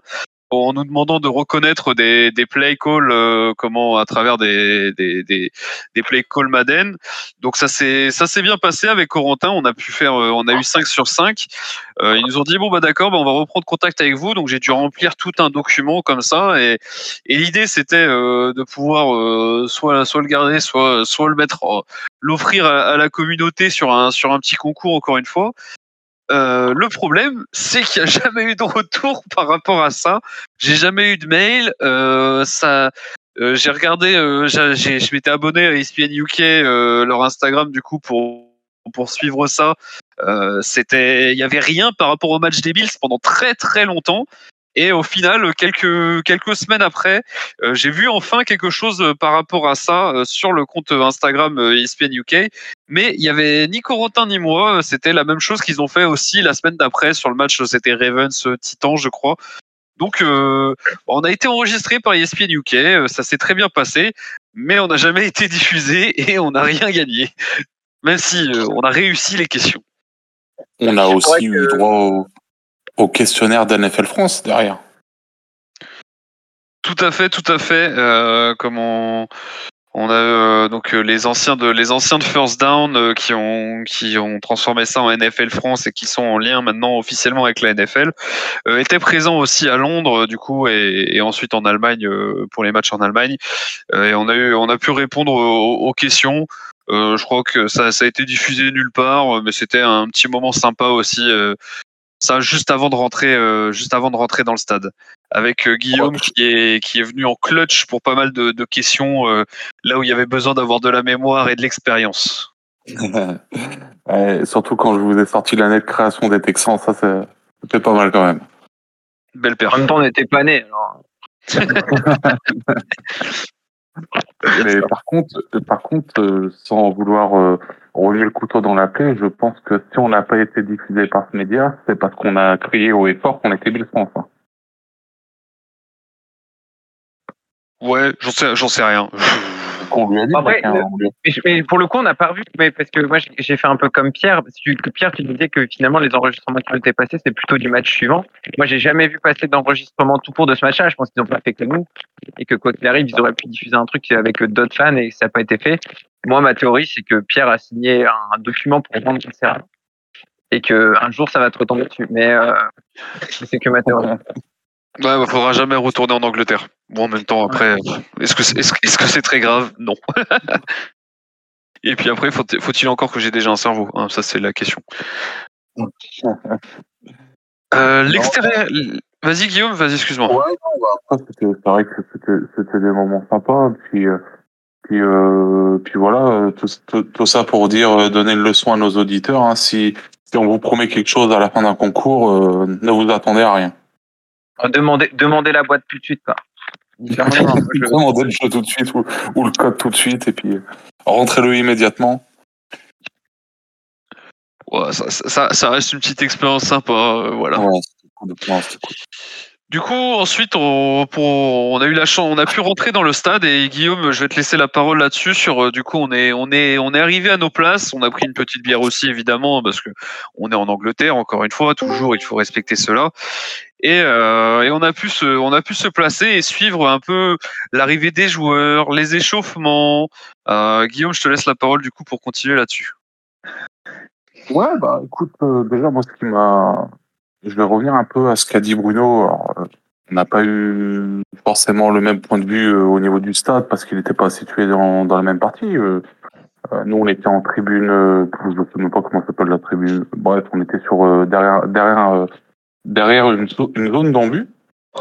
en nous demandant de reconnaître des play calls à travers des play calls Madden. Donc ça s'est bien passé avec Corentin. On a eu 5 sur 5. Ils nous ont dit bon bah d'accord, on va reprendre contact avec vous. Donc j'ai dû remplir tout un document comme ça et l'idée c'était de pouvoir soit le garder, soit le mettre, l'offrir à la communauté sur un petit concours encore une fois. Le problème, c'est qu'il n'y a jamais eu de retour par rapport à ça. J'ai jamais eu de mail. J'ai regardé, je m'étais abonné à ESPN UK, leur Instagram du coup pour suivre ça. Il y avait rien par rapport au match des Bills pendant très très longtemps. Et au final, quelques semaines après, j'ai vu enfin quelque chose par rapport à ça sur le compte Instagram ESPN UK. Mais il y avait ni Corentin ni moi. C'était la même chose qu'ils ont fait aussi la semaine d'après sur le match. C'était Ravens Titan, je crois. Donc, on a été enregistré par ESPN UK. Ça s'est très bien passé, mais on n'a jamais été diffusé et on n'a rien gagné. Même si on a réussi les questions. On a aussi eu droit au questionnaire d'NFL France derrière. Tout à fait. On a donc les anciens de First Down qui ont transformé ça en NFL France et qui sont en lien maintenant officiellement avec la NFL étaient présents aussi à Londres du coup et ensuite en Allemagne pour les matchs en Allemagne et on a pu répondre aux questions. Je crois que ça a été diffusé nulle part, mais c'était un petit moment sympa aussi. Ça juste avant de rentrer dans le stade avec Guillaume qui est venu en clutch pour pas mal de questions là où il y avait besoin d'avoir de la mémoire et de l'expérience. Surtout quand je vous ai sorti l'année de création des Texans, ça c'était pas mal quand même. Belle perf. En même temps, on n'était pas nés. Alors... Mais par contre, sans vouloir remuer le couteau dans la plaie, je pense que si on n'a pas été diffusé par ce média, c'est parce qu'on a crié haut et fort qu'on était Bills France. Hein. Ouais, j'en sais rien. On lui a dit. Après, mais pour le coup, on n'a pas revu, mais parce que moi, j'ai fait un peu comme Pierre. Parce que Pierre, tu disais que finalement, les enregistrements qui ont été passés, c'est plutôt du match suivant. Moi, j'ai jamais vu passer d'enregistrement tout court de ce match-là. Je pense qu'ils n'ont pas fait que nous. Et que quoi qu'il arrive, ils auraient pu diffuser un truc avec d'autres fans et ça n'a pas été fait. Moi, ma théorie, c'est que Pierre a signé un document pour vendre le terrain. Et qu'un jour, ça va te retomber dessus. Mais c'est que ma théorie. Ouais, faudra jamais retourner en Angleterre. Bon, en même temps, après, est-ce que c'est très grave? Non. Et puis après, faut-il encore que j'ai déjà un cerveau? Ça, c'est la question. L'extérieur. Vas-y, Guillaume, excuse-moi. Ouais, non, après, c'est vrai que c'était des moments sympas. Puis voilà, tout ça pour dire, donner une leçon à nos auditeurs. Hein, si on vous promet quelque chose à la fin d'un concours, ne vous attendez à rien. Demandez la boîte tout de suite, quoi. Demandez le jeu tout de suite ou le code tout de suite et puis rentrez-le immédiatement. Ouais, ça reste une petite expérience sympa, voilà. Ouais, c'était cool. Du coup, ensuite, on a eu la chance, on a pu rentrer dans le stade et Guillaume, je vais te laisser la parole là-dessus. Du coup, on est arrivé à nos places. On a pris une petite bière aussi, évidemment, parce que on est en Angleterre. Encore une fois, toujours, il faut respecter cela. Et on a pu se placer et suivre un peu l'arrivée des joueurs, les échauffements. Guillaume, je te laisse la parole du coup pour continuer là-dessus. Ouais, bah écoute, déjà moi je vais revenir un peu à ce qu'a dit Bruno. Alors, on n'a pas eu forcément le même point de vue au niveau du stade parce qu'il n'était pas situé dans la même partie. Nous, on était en tribune, je ne sais même pas comment s'appelle la tribune. Bref, on était sur derrière une zone d'embut.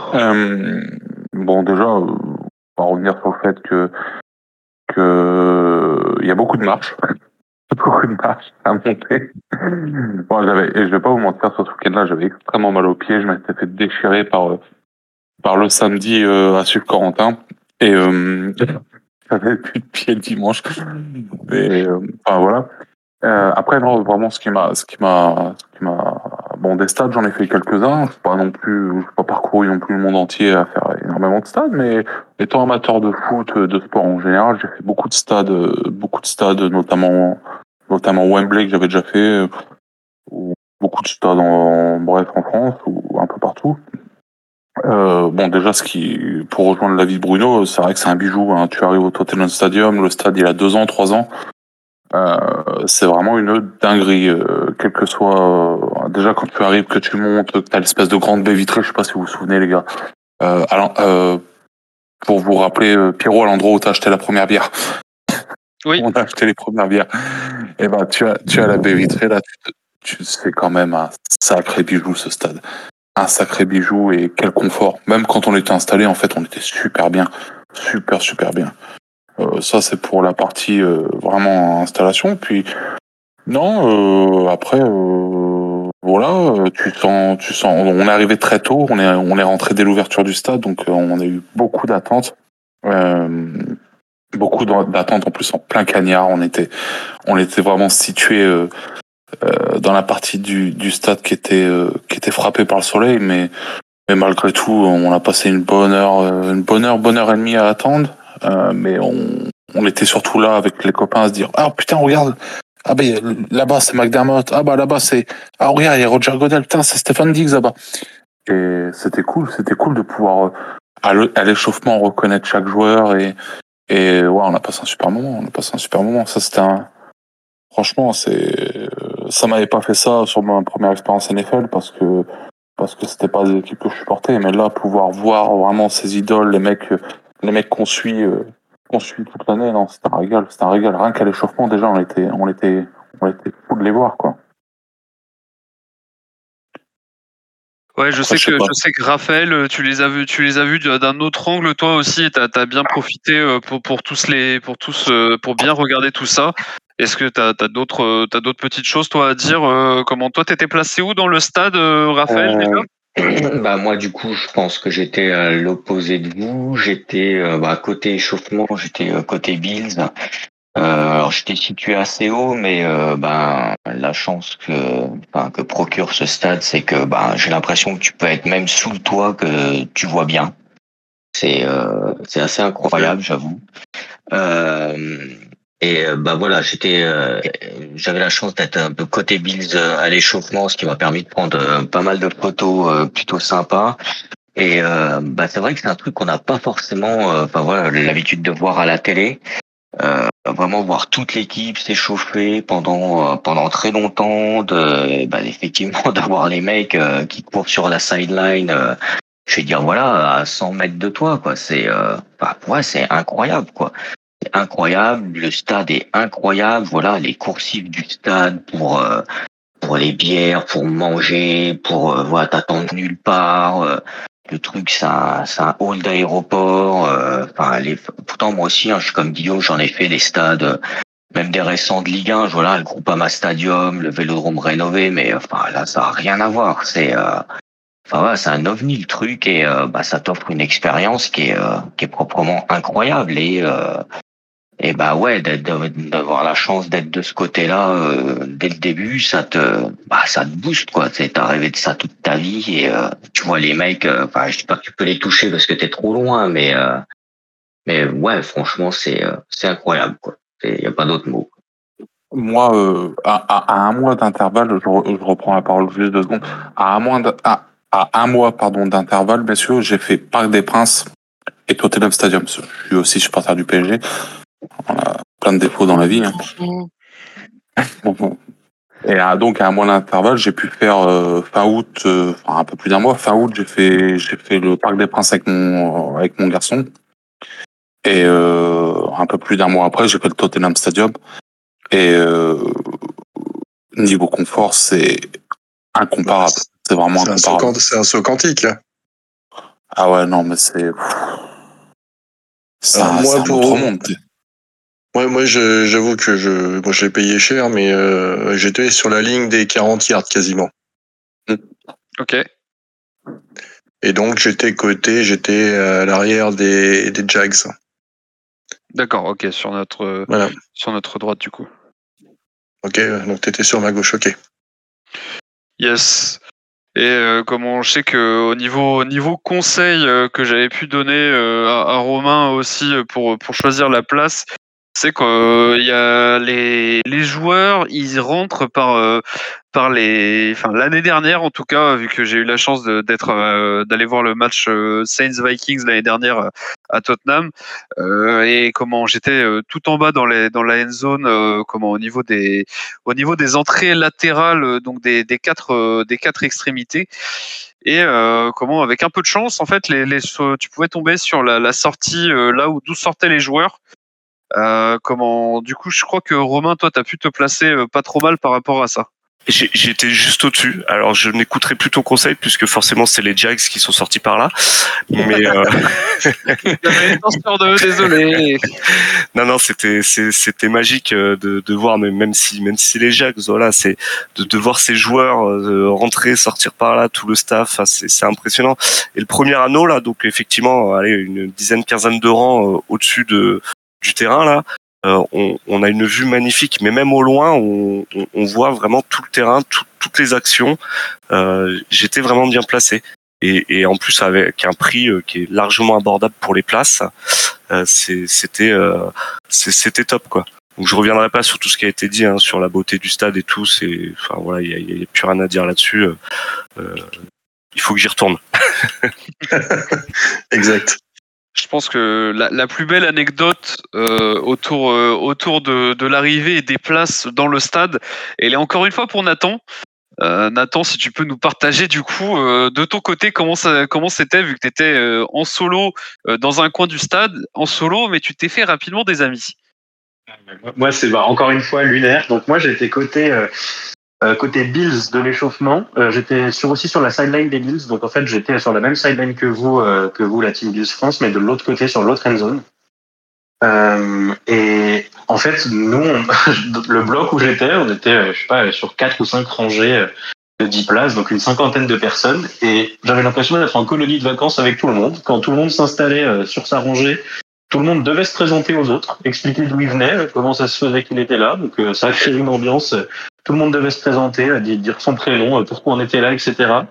Bon, déjà, on va revenir sur le fait que il y a beaucoup de marches. Beaucoup de marches à monter. Bon, et je vais pas vous mentir, sur ce week-end-là, j'avais extrêmement mal aux pieds. Je m'étais fait déchirer par le samedi à suivre Corentin. Et j'avais plus de pieds le dimanche. Et enfin voilà. Après, non, vraiment, ce qui m'a, bon, des stades, j'en ai fait quelques-uns. Je n'ai pas parcouru non plus le monde entier à faire énormément de stades, mais étant amateur de foot, de sport en général, j'ai fait beaucoup de stades, notamment Wembley que j'avais déjà fait, ou beaucoup de stades en France ou un peu partout. Bon, déjà, pour rejoindre l'avis de Bruno, c'est vrai que c'est un bijou. Hein. Tu arrives au Tottenham Stadium, le stade il a 2 ans, 3 ans. C'est vraiment une dinguerie. Quel que soit. Déjà, quand tu arrives, que tu montes, que t'as l'espèce de grande baie vitrée, je sais pas si vous vous souvenez, les gars. Pour vous rappeler, Pierrot, à l'endroit où t'as acheté la première bière. Oui. On a acheté les premières bières. Et ben, tu as la baie vitrée là. C'est quand même un sacré bijou, ce stade. Un sacré bijou, et quel confort. Même quand on était installé, en fait, on était super bien. Super bien. Ça, c'est pour la partie vraiment installation. Puis, non, après, voilà, tu sens. On est arrivé très tôt, on est rentré dès l'ouverture du stade, donc on a eu beaucoup d'attentes. Beaucoup d'attentes en plus en plein cagnard. On était vraiment situé dans la partie du stade qui était frappée par le soleil, mais malgré tout, on a passé une bonne heure et demie à attendre. Mais on était surtout là avec les copains à se dire, ah putain, regarde, ah ben là-bas c'est McDermott, ah bah là-bas c'est, ah regarde, il y a Roger Goodell, putain c'est Stephen Diggs là-bas. Et c'était cool de pouvoir à l'échauffement reconnaître chaque joueur, et ouais, on a passé un super moment. Ça, franchement, ça m'avait pas fait ça sur ma première expérience NFL parce que c'était pas des équipes que je supportais. Mais là, pouvoir voir vraiment ces idoles, les mecs qu'on suit toute l'année, non, c'était un régal. Rien qu'à l'échauffement, déjà, on était fous de les voir, quoi. Ouais, je sais que Raphaël, tu les as vus d'un autre angle, toi aussi, et t'as bien profité pour bien regarder tout ça. Est-ce que t'as d'autres petites choses, toi, à dire? Comment toi, t'étais placé où dans le stade, Raphaël, déjà? Bah moi du coup je pense que j'étais à l'opposé de vous. J'étais côté échauffement, j'étais côté Bills. Alors j'étais situé assez haut, mais la chance que procure ce stade, c'est que j'ai l'impression que tu peux être même sous le toit, que tu vois bien. C'est assez incroyable, j'avoue. Voilà, j'avais la chance d'être un peu côté Bills à l'échauffement, ce qui m'a permis de prendre pas mal de photos plutôt sympas. Et c'est vrai que c'est un truc qu'on n'a pas forcément, l'habitude de voir à la télé. Vraiment voir toute l'équipe s'échauffer pendant très longtemps, effectivement d'avoir les mecs qui courent sur la sideline. Je vais dire voilà, à 100 mètres de toi, quoi. C'est incroyable, quoi. C'est incroyable, le stade est incroyable. Voilà, les coursives du stade pour les bières, pour manger, pour t'attendre nulle part. Le truc, c'est un hall d'aéroport. Pourtant moi aussi, hein, je suis comme Guillaume, j'en ai fait des stades, même des récents de Ligue 1. Voilà, le Groupama Stadium, le Vélodrome rénové, mais là, ça a rien à voir. C'est c'est un ovni le truc, et ça t'offre une expérience qui est proprement incroyable, d'avoir la chance d'être de ce côté-là dès le début, ça te booste, quoi. T'as rêvé de ça toute ta vie, et tu vois les mecs. Je dis pas que tu peux les toucher parce que t'es trop loin, mais ouais, franchement, c'est incroyable, quoi. Il y a pas d'autre mot. Moi, à un mois d'intervalle, je reprends la parole juste 2 secondes. À un mois, d'intervalle, messieurs, j'ai fait Parc des Princes et Tottenham Stadium. Je suis aussi supporter du PSG. On a plein de défauts dans la vie. Hein. Et donc, à un mois d'intervalle, j'ai pu faire fin août, un peu plus d'un mois. Fin août, j'ai fait le Parc des Princes avec mon garçon. Et un peu plus d'un mois après, j'ai fait le Tottenham Stadium. Et niveau confort, c'est incomparable. C'est vraiment incomparable. C'est un saut quantique, là. Ah ouais, non, mais c'est... C'est un autre monde. Moi, j'avoue que je l'ai payé cher, mais j'étais sur la ligne des 40 yards quasiment. Ok. Et donc j'étais à l'arrière des Jags. D'accord, ok, sur notre droite du coup. Ok, donc t'étais sur ma gauche, ok. Yes. Et comme je sais que au niveau conseil que j'avais pu donner à Romain aussi pour choisir la place, C'est que y a les joueurs, ils rentrent par l'année dernière en tout cas, vu que j'ai eu la chance d'aller voir le match Saints Vikings l'année dernière à Tottenham, et comment j'étais tout en bas dans la end zone, au niveau des entrées latérales, donc des quatre extrémités. Et avec un peu de chance, en fait, tu pouvais tomber sur la sortie là d'où sortaient les joueurs. Du coup, je crois que Romain, toi, t'as pu te placer pas trop mal par rapport à ça. J'étais juste au-dessus. Alors, je n'écouterai plus ton conseil puisque forcément, c'est les Jags qui sont sortis par là. Mais j'avais une chance sur deux, désolé. Non, c'était magique de voir, même si les Jags, voilà, c'est de voir ces joueurs rentrer, sortir par là, tout le staff, c'est impressionnant. Et le premier anneau là, donc effectivement, allez, une dizaine, quinzaine de rangs au-dessus du terrain là. On a une vue magnifique, mais même au loin, on voit vraiment tout le terrain, toutes les actions. J'étais vraiment bien placé. Et en plus, avec un prix qui est largement abordable pour les places, c'était top, quoi. Donc je reviendrai pas sur tout ce qui a été dit sur la beauté du stade et tout. Il y a plus rien à dire là-dessus. Il faut que j'y retourne. Exact. Je pense que la plus belle anecdote autour de l'arrivée et des places dans le stade, elle est encore une fois pour Nathan. Nathan, si tu peux nous partager du coup de ton côté comment c'était, vu que tu étais en solo dans un coin du stade, en solo, mais tu t'es fait rapidement des amis. Moi, c'est encore une fois lunaire. Donc moi, j'étais côté Bills de l'échauffement. J'étais aussi sur la sideline des Bills. Donc en fait, j'étais sur la même sideline que vous, la team Bills France, mais de l'autre côté, sur l'autre end zone. Et en fait, nous, le bloc où j'étais, on était, je sais pas, sur 4 ou 5 rangées de 10 places, donc une cinquantaine de personnes. Et j'avais l'impression d'être en colonie de vacances avec tout le monde. Quand tout le monde s'installait sur sa rangée, tout le monde devait se présenter aux autres, expliquer d'où il venait, comment ça se faisait qu'il était là. Donc ça a créé une ambiance. Tout le monde devait se présenter, dire son prénom, pourquoi on était là, etc.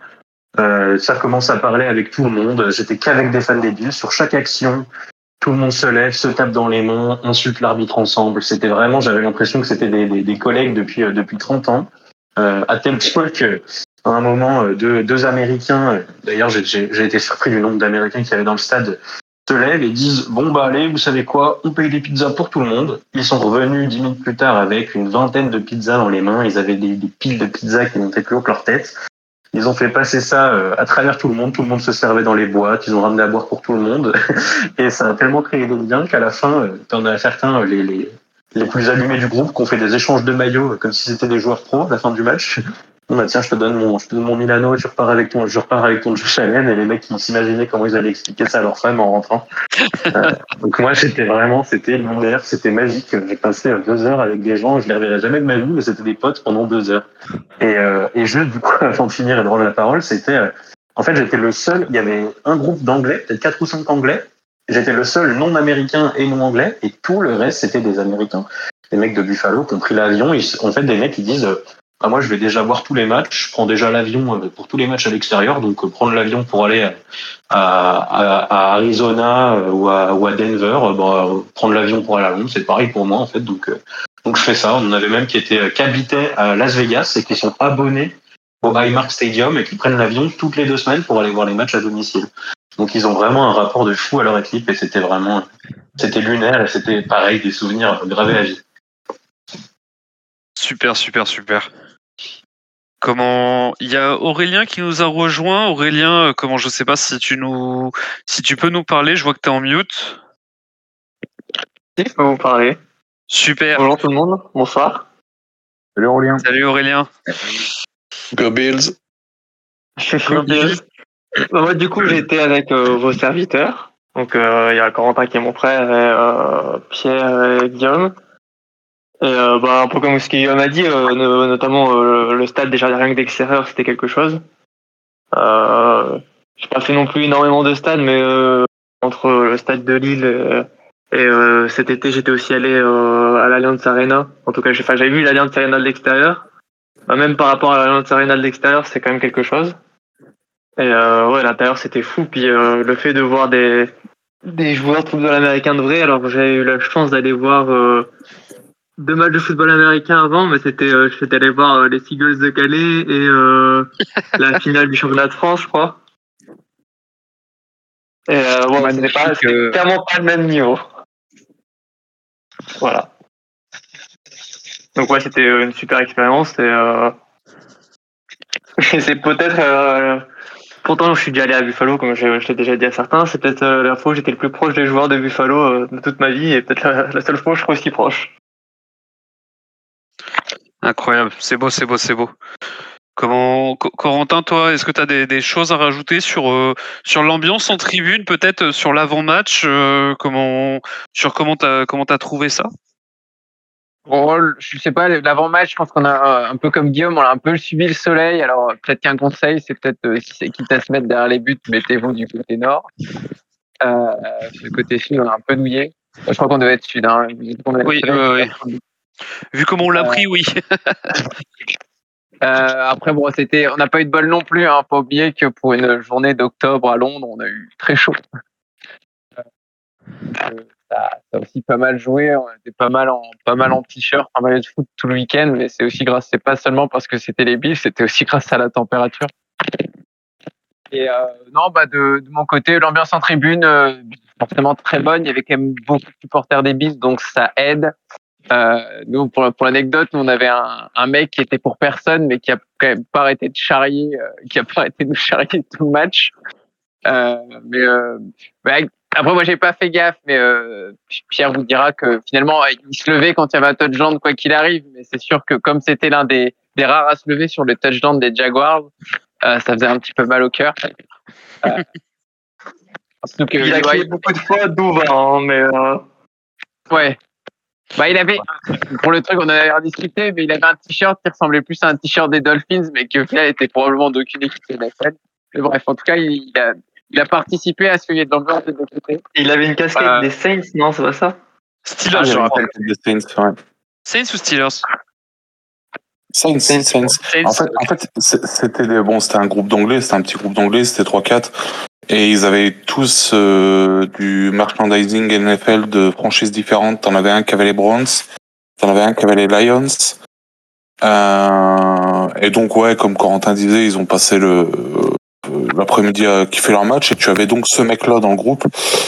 Ça commence à parler avec tout le monde. J'étais qu'avec des fans des Bills sur chaque action. Tout le monde se lève, se tape dans les mains, insulte l'arbitre ensemble. C'était vraiment, j'avais l'impression que c'était des collègues depuis 30 ans. À tel point que, à un moment, deux Américains, d'ailleurs j'ai été surpris du nombre d'Américains qu'il y avait dans le stade, se lèvent et disent bon bah allez, vous savez quoi, on paye des pizzas pour tout le monde. Ils sont revenus 10 minutes plus tard avec une vingtaine de pizzas dans les mains. Ils avaient des piles de pizzas qui montaient plus haut que leur tête. Ils ont fait passer ça à travers tout le monde se servait dans les boîtes, ils ont ramené à boire pour tout le monde, et ça a tellement créé des liens qu'à la fin, t'en as certains, les plus allumés du groupe, qui ont fait des échanges de maillots comme si c'était des joueurs pros à la fin du match. Bon bah tiens, je te donne mon Milano et je repars avec ton Josh Allen, et les mecs qui s'imaginaient comment ils allaient expliquer ça à leurs femmes en rentrant. Donc moi c'était lunaire, c'était magique. J'ai passé 2 heures avec des gens, je les reverrai jamais de ma vie, mais c'était des potes pendant 2 heures. Et juste du coup, avant de finir et de rendre la parole, en fait j'étais le seul, il y avait un groupe d'anglais, peut-être 4 ou 5 anglais, j'étais le seul non américain et non anglais, et tout le reste c'était des américains. Les mecs de Buffalo qui ont pris l'avion, en fait des mecs qui disent moi je vais déjà voir tous les matchs, je prends déjà l'avion pour tous les matchs à l'extérieur, donc prendre l'avion pour aller à Arizona ou à Denver, prendre l'avion pour aller à Londres, c'est pareil pour moi en fait, donc je fais ça. On en avait même qui habitaient à Las Vegas et qui sont abonnés au Highmark Stadium et qui prennent l'avion toutes les 2 semaines pour aller voir les matchs à domicile. Donc ils ont vraiment un rapport de fou à leur équipe et c'était lunaire et c'était pareil, des souvenirs gravés à vie. Super. Il y a Aurélien qui nous a rejoint. Aurélien, je sais pas si tu peux nous parler. Je vois que tu es en mute. Si, je peux vous parler. Super. Bonjour tout le monde. Bonsoir. Salut Aurélien. Salut Aurélien. Go Bills. Go Bills. Moi, du coup, j'étais avec vos serviteurs. Donc, il y a Corentin qui est mon frère, et Pierre et Guillaume. Et un peu comme ce qu'on a dit, notamment le stade, déjà rien que d'extérieur, c'était quelque chose. J'ai pas fait non plus énormément de stades, mais entre le stade de Lille et cet été, j'étais aussi allé à l'Allianz Arena. En tout cas, j'avais vu l'Allianz Arena de l'extérieur. Même par rapport à l'Allianz Arena de l'extérieur, c'est quand même quelque chose. Et l'intérieur, c'était fou. Puis le fait de voir des des joueurs de football américain de vrai. Alors j'ai eu la chance d'aller voir 2 matchs de football américain avant, mais j'étais allé voir les Seagulls de Calais et la finale du championnat de France, je crois. Et bon, c'était clairement pas le même niveau. Voilà. Donc ouais, c'était une super expérience et c'est peut-être pourtant je suis déjà allé à Buffalo comme je l'ai déjà dit à certains, c'est peut-être la fois où j'étais le plus proche des joueurs de Buffalo de toute ma vie et peut-être la seule fois où je serai aussi proche. Incroyable, c'est beau, c'est beau, c'est beau. Corentin, toi, est-ce que tu as des choses à rajouter sur l'ambiance en tribune, peut-être sur l'avant-match, comment t'as trouvé ça? Bon, je sais pas, l'avant-match, je pense qu'on a un peu comme Guillaume, on a un peu subi le soleil. Alors peut-être qu'un conseil, c'est peut-être si c'est quitte à se mettre derrière les buts, mettez-vous du côté nord. Ce côté sud, on a un peu douillé. Je crois qu'on devait être sud. Hein. Oui. Vu comme on l'a pris, oui. Après, bon, on n'a pas eu de bol non plus. Hein. Faut pas oublier que pour une journée d'octobre à Londres, on a eu très chaud. Ça a aussi pas mal joué. On était pas mal en t-shirt, en maillot de foot tout le week-end, mais c'est pas seulement parce que c'était les Bills, c'était aussi grâce à la température. Et non, de mon côté, l'ambiance en tribune, forcément très bonne. Il y avait quand même beaucoup de supporters des Bills, donc ça aide. Nous, pour l'anecdote, on avait un mec qui était pour personne, mais qui a quand même pas arrêté de charrier, qui a pas arrêté de nous charrier tout le match. Après, moi, j'ai pas fait gaffe, mais Pierre vous dira que finalement, il se levait quand il y avait un touchdown, quoi qu'il arrive. Mais c'est sûr que comme c'était l'un des rares à se lever sur le touchdown des Jaguars, ça faisait un petit peu mal au cœur. Il a crié beaucoup de fois d'où hein, mais ouais. Il avait, pour le truc, on en avait rediscuté, mais il avait un t-shirt qui ressemblait plus à un t-shirt des Dolphins, mais qui au final était probablement d'aucune équipe de la NFL. Mais bref, en tout cas, il a participé à ce qu'il y ait de l'ambiance de deux côtés. Il avait une casquette des Saints, non, c'est pas ça? Steelers, je rappelle. Des Saints, ouais. Saints ou Steelers? Saints. En fait, c'était un groupe d'anglais, c'était un petit groupe d'anglais, c'était 3-4. Et ils avaient tous du merchandising NFL de franchises différentes. T'en avais un qui avait les Browns, t'en avais un qui avait les Lions. Et donc, ouais, comme Corentin disait, ils ont passé l'après-midi à kiffer leur match. Et tu avais donc ce mec-là dans le groupe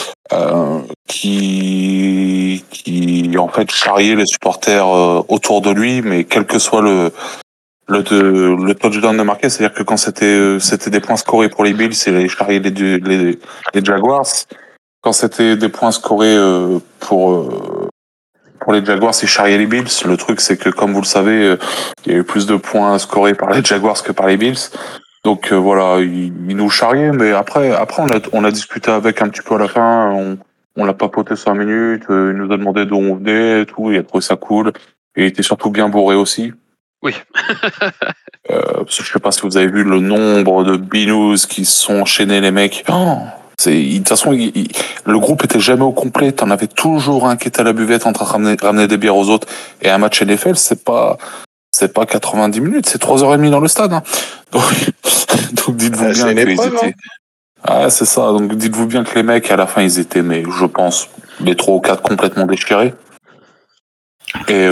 qui en fait charriait les supporters autour de lui, mais quel que soit le touchdown de marqué, c'est-à-dire que quand c'était des points scorés pour les Bills, il charriait les Jaguars. Quand c'était des points scorés pour les Jaguars, il charriait les Bills. Le truc, c'est que comme vous le savez, il y a eu plus de points scorés par les Jaguars que par les Bills. Donc voilà, il nous charriait, mais après on a discuté avec un petit peu à la fin, on l'a papoté 5 minutes, il nous a demandé d'où on venait, et tout, il a trouvé ça cool, et il était surtout bien bourré aussi. Oui. Parce que je sais pas si vous avez vu le nombre de binous qui se sont enchaînés, les mecs. De toute façon, le groupe était jamais au complet. T'en avais toujours un qui était à la buvette en train de ramener des bières aux autres. Et un match NFL, c'est pas 90 minutes, c'est 3h30 dans le stade. Hein. Donc dites-vous bien qu'ils étaient. Ah, c'est ça. Donc dites-vous bien que les mecs, à la fin, ils étaient, mais je pense, les 3 ou 4 complètement déchirés. Et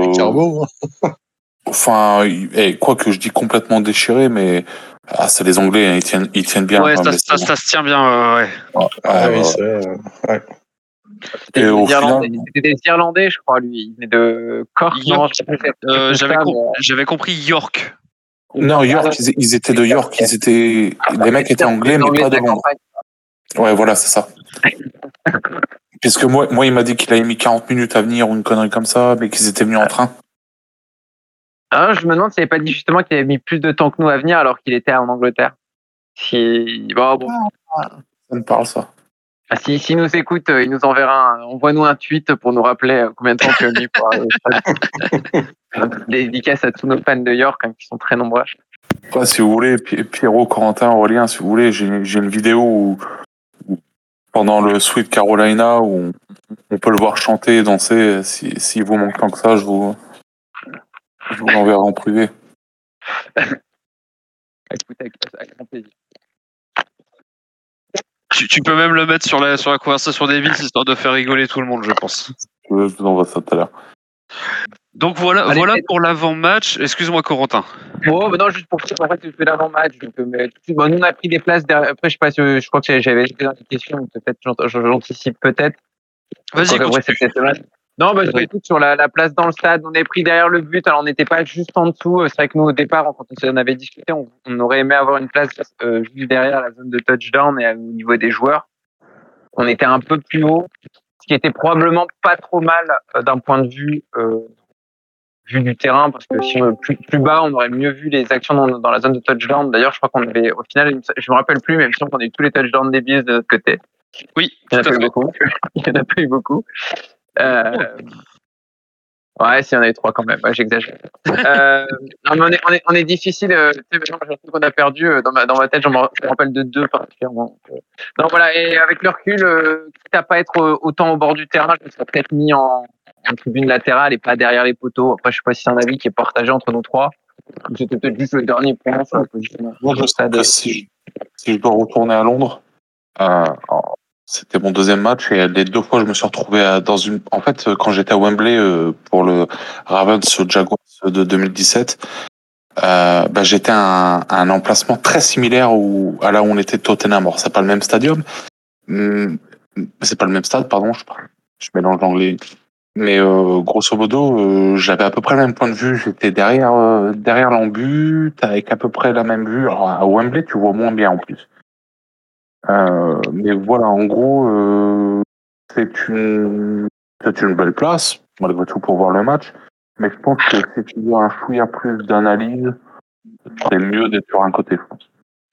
enfin, quoi que je dis complètement déchiré, mais c'est les Anglais, hein, ils tiennent bien. Ouais, ça se tient bien, ouais. Oui, c'est ouais. Et au final, c'était des Irlandais, je crois, lui. Il venait de Cork. Non, j'avais compris York. Non, York, ils étaient de York. Les mecs étaient anglais, mais pas de Londres. Ouais, voilà, c'est ça. Puisque moi, il m'a dit qu'il avait mis 40 minutes à venir ou une connerie comme ça, mais qu'ils étaient venus en train. Alors, je me demande s'il n'avait pas dit justement qu'il avait mis plus de temps que nous à venir alors qu'il était en Angleterre. Ça me parle, ça. S'il nous écoute, il nous envoie-nous un tweet pour nous rappeler combien de temps tu as mis pour arriver. Dédicace à tous nos fans de York, hein, qui sont très nombreux. Ouais, si vous voulez, Pierrot, Corentin, Aurélien, si vous voulez, j'ai une vidéo où pendant le Sweet Carolina où on peut le voir chanter et danser. Si vous manque tant que ça, je vous l'enverrai en privé. Écoute, avec grand plaisir. Tu peux même le mettre sur la conversation des villes, histoire de faire rigoler tout le monde, je pense. Je vous envoie ça tout à l'heure. Donc voilà pour l'avant-match. Excuse-moi, Corentin. Bon, non, juste pour dire, en fait, je fais l'avant-match. Nous, on a pris des places derrière. Après, je sais pas si je crois que j'avais été dans les questions. Peut-être, j'anticipe peut-être. Vas-y, après, c'était semaine. Non, écoute, sur la place dans le stade, on est pris derrière le but. Alors, on n'était pas juste en dessous. C'est vrai que nous, au départ, quand on avait discuté, on aurait aimé avoir une place juste derrière la zone de touchdown et au niveau des joueurs. On était un peu plus haut, ce qui était probablement pas trop mal d'un point de vue du terrain, parce que si on plus bas, on aurait mieux vu les actions dans la zone de touchdown. D'ailleurs, je crois qu'on avait, au final, je me rappelle plus, mais il me semble qu'on a eu tous les touchdowns des Bills de notre côté. Oui, il y en a pas eu beaucoup. Il y en a pas eu beaucoup. Ouais, s'il y en a eu 3 quand même. Ouais, j'exagère. Non, mais on est difficile. Tu sais, j'ai qu'on a perdu dans ma tête. Je me rappelle de 2 particulièrement. Non, voilà. Et avec le recul, quitte à pas être autant au bord du terrain, je me serais peut-être mis en tribune latérale et pas derrière les poteaux. Après, je sais pas si c'est un avis qui est partagé entre nous 3. C'était peut-être juste le dernier point sur la position. Moi, je sais que si je dois retourner à Londres, c'était mon deuxième match et les 2 fois, je me suis retrouvé dans une. En fait, quand j'étais à Wembley pour le Ravens Jaguars de 2017, j'étais à un emplacement très similaire à là où on était de Tottenham. Alors, c'est pas le même stadium, c'est pas le même stade, pardon. Je mélange l'anglais. Mais grosso modo, j'avais à peu près le même point de vue. J'étais derrière l'embut, avec à peu près la même vue. Alors, à Wembley, tu vois moins bien en plus. Mais voilà, en gros, c'est une belle place, malgré tout, pour voir le match. Mais je pense que si tu veux un chouïa plus d'analyse, c'est mieux d'être sur un côté, je pense.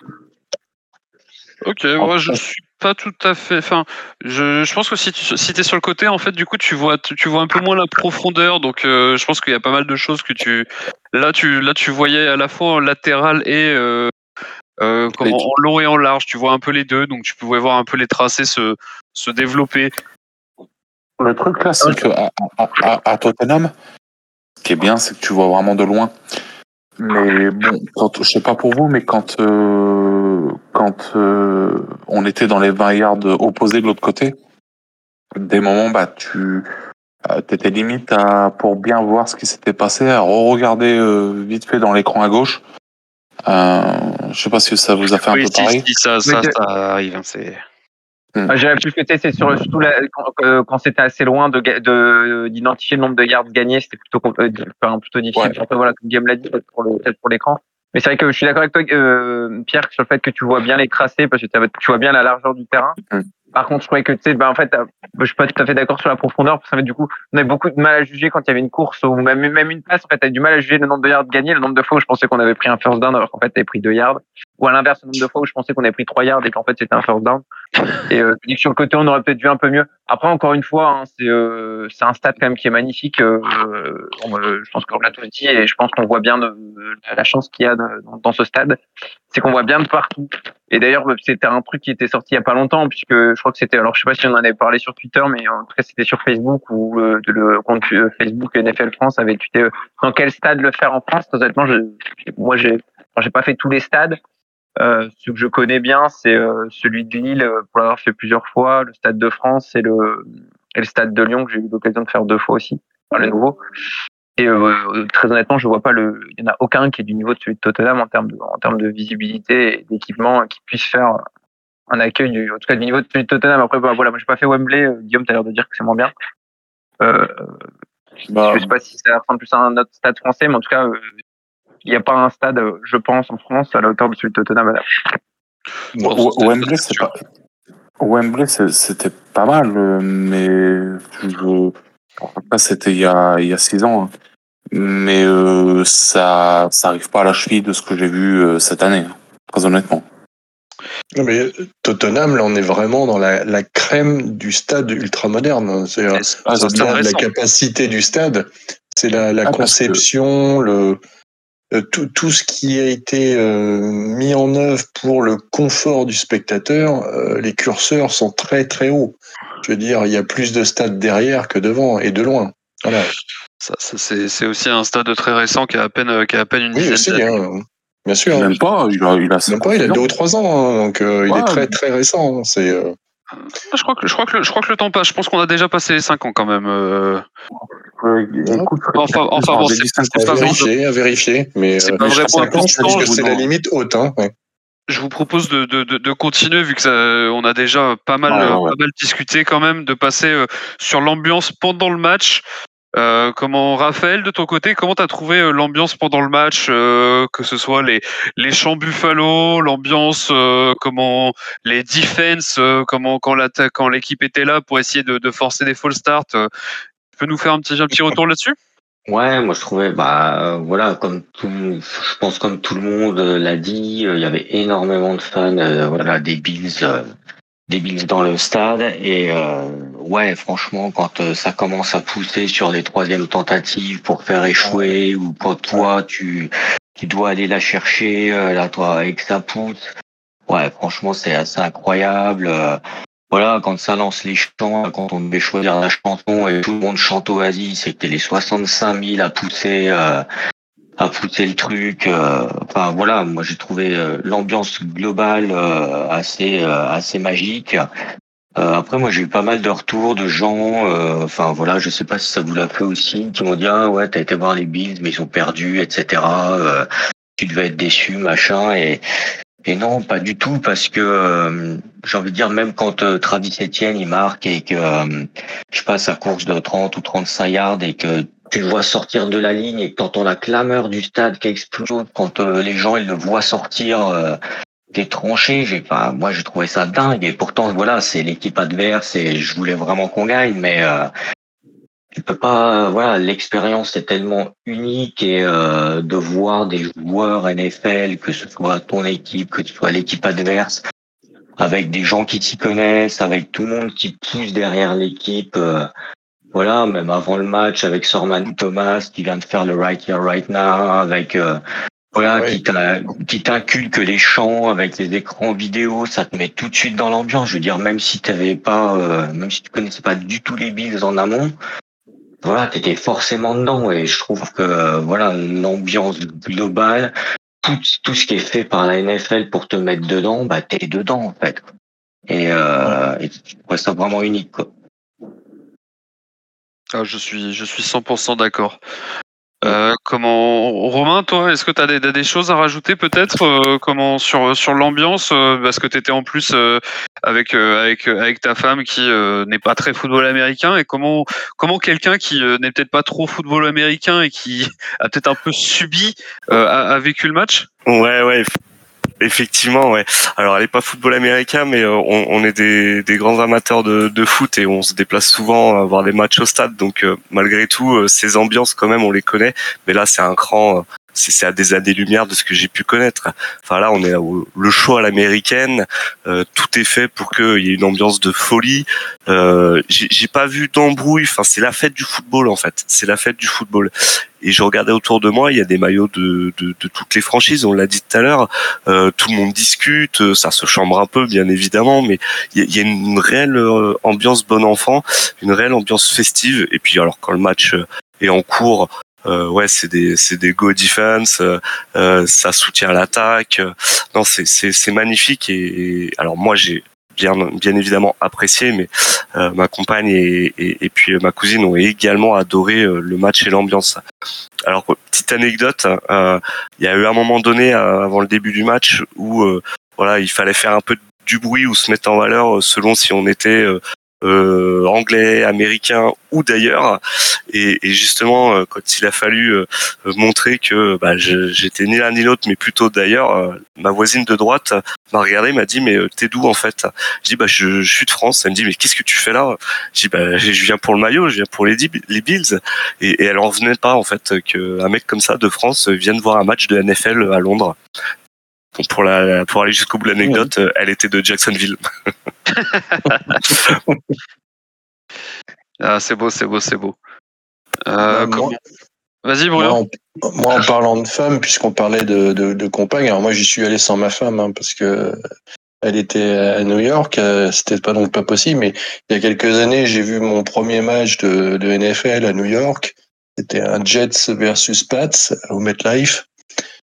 Ok, moi je suis pas tout à fait. Enfin, je pense que si t'es sur le côté, en fait, du coup, tu vois un peu moins la profondeur. Donc, je pense qu'il y a pas mal de choses que tu voyais à la fois en latéral et en long et en large. Tu vois un peu les deux, donc tu pouvais voir un peu les tracés se développer. Le truc là, c'est que à Tottenham, ce qui est bien, c'est que tu vois vraiment de loin. Mais bon, je sais pas pour vous, mais quand on était dans les 20 yards opposés de l'autre côté, des moments, tu étais limite pour bien voir ce qui s'était passé, à regarder vite fait dans l'écran à gauche. Je sais pas si ça vous a fait un peu pareil. Oui, ça arrive. Hein, c'est. J'avais plus que c'est surtout quand c'était assez loin d'identifier le nombre de yards gagnés, c'était plutôt difficile. Ouais. Après, voilà, comme Guillaume l'a dit, peut-être pour l'écran. Mais c'est vrai que je suis d'accord avec toi, Pierre, sur le fait que tu vois bien les tracés parce que tu vois bien la largeur du terrain. Par contre, je trouvais que, tu sais, en fait, je suis pas tout à fait d'accord sur la profondeur, parce que du coup, on avait beaucoup de mal à juger quand il y avait une course ou même une passe. En fait, t'avais du mal à juger le nombre de yards gagnés, le nombre de fois où je pensais qu'on avait pris un first down alors qu'en fait, t'avais pris 2 yards. Ou à l'inverse, le nombre de fois où je pensais qu'on avait pris 3 yards et qu'en fait, c'était un first down. Et je dis que sur le côté, on aurait peut-être vu un peu mieux. Après, encore une fois, hein, c'est un stade quand même qui est magnifique. Je pense qu'on l'a tous dit et je pense qu'on voit bien la chance qu'il y a dans ce stade. C'est qu'on voit bien de partout. Et d'ailleurs, c'était un truc qui était sorti il y a pas longtemps, puisque je crois que c'était, alors je sais pas si on en avait parlé sur Twitter, mais en tout cas c'était sur Facebook où le compte Facebook NFL France avait tweeté dans quel stade le faire en France. Honnêtement, j'ai pas fait tous les stades. Ce que je connais bien, c'est celui de Lille pour l'avoir fait plusieurs fois, le Stade de France et le Stade de Lyon que j'ai eu l'occasion de faire 2 fois aussi, le nouveau. Et très honnêtement, je vois pas il y en a aucun qui est du niveau de celui de Tottenham en termes de visibilité et d'équipement qui puisse faire un accueil en tout cas du niveau de celui de Tottenham. Après, voilà, moi j'ai pas fait Wembley. Guillaume, t'as l'air de dire que c'est moins bien. Je sais pas si ça ressemble plus à un autre stade français, mais en tout cas, il n'y a pas un stade, je pense, en France à la hauteur de celui de Tottenham. Wembley, c'était pas mal, mais c'était il y a 6 ans. Hein. Mais ça arrive pas à la cheville de ce que j'ai vu cette année, très honnêtement. Non, mais Tottenham, là, on est vraiment dans la crème du stade ultramoderne. C'est au-delà de la capacité du stade, c'est la conception, tout ce qui a été mis en œuvre pour le confort du spectateur. Les curseurs sont très très hauts. Je veux dire, il y a plus de stades derrière que devant et de loin. Voilà. Ça, c'est aussi un stade très récent qui a à peine une dizaine d'années. Hein. Bien sûr. Même pas, il a Même pas, il a 2 ou 3 ans, hein, donc il est très très récent. Hein, c'est. Je crois que le temps passe. Je pense qu'on a déjà passé les 5 ans quand même. Écoute, Enfin bon, c'est pas à vérifier, mais c'est pas vraiment 5 ans, je pense que important. c'est la limite haute. Hein, ouais. Je vous propose de continuer vu que on a déjà pas mal discuté quand même, de passer sur l'ambiance pendant le match. Comment, Raphaël, de ton côté, comment t'as trouvé l'ambiance pendant le match, que ce soit les chants Buffalo, l'ambiance, comment les defense, comment quand l'équipe était là pour essayer de forcer des false starts, tu peux nous faire un petit retour là-dessus? Ouais, moi je trouvais, voilà, je pense comme tout le monde l'a dit, il y avait énormément de fans, voilà, des Bills dans le stade et ouais, franchement, quand ça commence à pousser sur les troisièmes tentatives pour faire échouer ou quand toi tu dois aller la chercher là, toi avec ça pousse, ouais, franchement, c'est assez incroyable. Voilà, quand ça lance les chants, quand on devait choisir la chanson et tout le monde chante Oasis, c'était les 65 000 à pousser le truc. Enfin voilà, moi j'ai trouvé l'ambiance globale assez magique. Après, moi j'ai eu pas mal de retours de gens. Enfin voilà, je sais pas si ça vous l'a fait aussi, qui m'ont dit ah ouais, t'as été voir les Bills, mais ils ont perdu, etc. Tu devais être déçu, machin. Et non, pas du tout, parce que j'ai envie de dire, même quand Travis Etienne il marque et que je passe à course de 30 ou 35 yards et que tu le vois sortir de la ligne et que t'entends la clameur du stade qui explose quand les gens ils le voient sortir des tranchées, moi j'ai trouvé ça dingue. Et pourtant voilà, c'est l'équipe adverse et je voulais vraiment qu'on gagne, mais tu peux pas, voilà, l'expérience est tellement unique et de voir des joueurs NFL, que ce soit ton équipe, que ce soit l'équipe adverse, avec des gens qui s'y connaissent, avec tout le monde qui pousse derrière l'équipe, voilà, même avant le match avec Sorman Thomas qui vient de faire le Right Here Right Now, avec voilà, qui t'inculque les chants avec les écrans vidéo, ça te met tout de suite dans l'ambiance. Je veux dire, même si même si tu connaissais pas du tout les Bills en amont. Voilà, t'étais forcément dedans et je trouve que voilà, l'ambiance globale, tout ce qui est fait par la NFL pour te mettre dedans, t'es dedans en fait. Et je trouve ça vraiment unique quoi. Ah, je suis 100% d'accord. Comment, Romain, toi, est-ce que tu as des choses à rajouter peut-être comment sur l'ambiance parce que tu étais en plus avec ta femme qui n'est pas très football américain et comment quelqu'un qui n'est peut-être pas trop football américain et qui a peut-être un peu subi a vécu le match? Ouais. Effectivement, ouais. Alors, elle est pas football américain, mais on est des grands amateurs de foot et on se déplace souvent à voir des matchs au stade. Donc, malgré tout, ces ambiances, quand même, on les connaît. Mais là, c'est un cran. C'est à des années-lumière de ce que j'ai pu connaître. Enfin là, on est le show à l'américaine. Tout est fait pour qu'il y ait une ambiance de folie. J'ai pas vu d'embrouille. Enfin, c'est la fête du football en fait. C'est la fête du football. Et je regardais autour de moi, il y a des maillots de toutes les franchises. On l'a dit tout à l'heure. Tout le monde discute. Ça se chambre un peu, bien évidemment, mais il y a une réelle ambiance bon enfant, une réelle ambiance festive. Et puis alors quand le match est en cours. Ouais, c'est des go defense, ça soutient l'attaque. Non, c'est magnifique et alors moi j'ai bien évidemment apprécié, mais ma compagne et puis ma cousine ont également adoré le match et l'ambiance. Alors petite anecdote, il y a eu un moment donné avant le début du match où voilà, il fallait faire un peu du bruit ou se mettre en valeur selon si on était anglais, américain ou d'ailleurs, et justement quand il a fallu montrer que j'étais ni l'un ni l'autre mais plutôt d'ailleurs, ma voisine de droite m'a regardé, m'a dit mais t'es d'où en fait? Je dis je suis de France. Elle me dit mais qu'est-ce que tu fais là? Je dis je viens pour le maillot, je viens pour les Bills, et elle en revenait pas en fait qu'un mec comme ça de France vienne voir un match de NFL à Londres. Donc pour aller jusqu'au bout de l'anecdote, elle était de Jacksonville. Ah, c'est beau. Vas-y, Bruno. Moi, en parlant de femme, puisqu'on parlait de compagne, alors moi j'y suis allé sans ma femme parce que elle était à New York, c'était donc pas possible. Mais il y a quelques années, j'ai vu mon premier match de NFL à New York. C'était un Jets versus Pats au MetLife.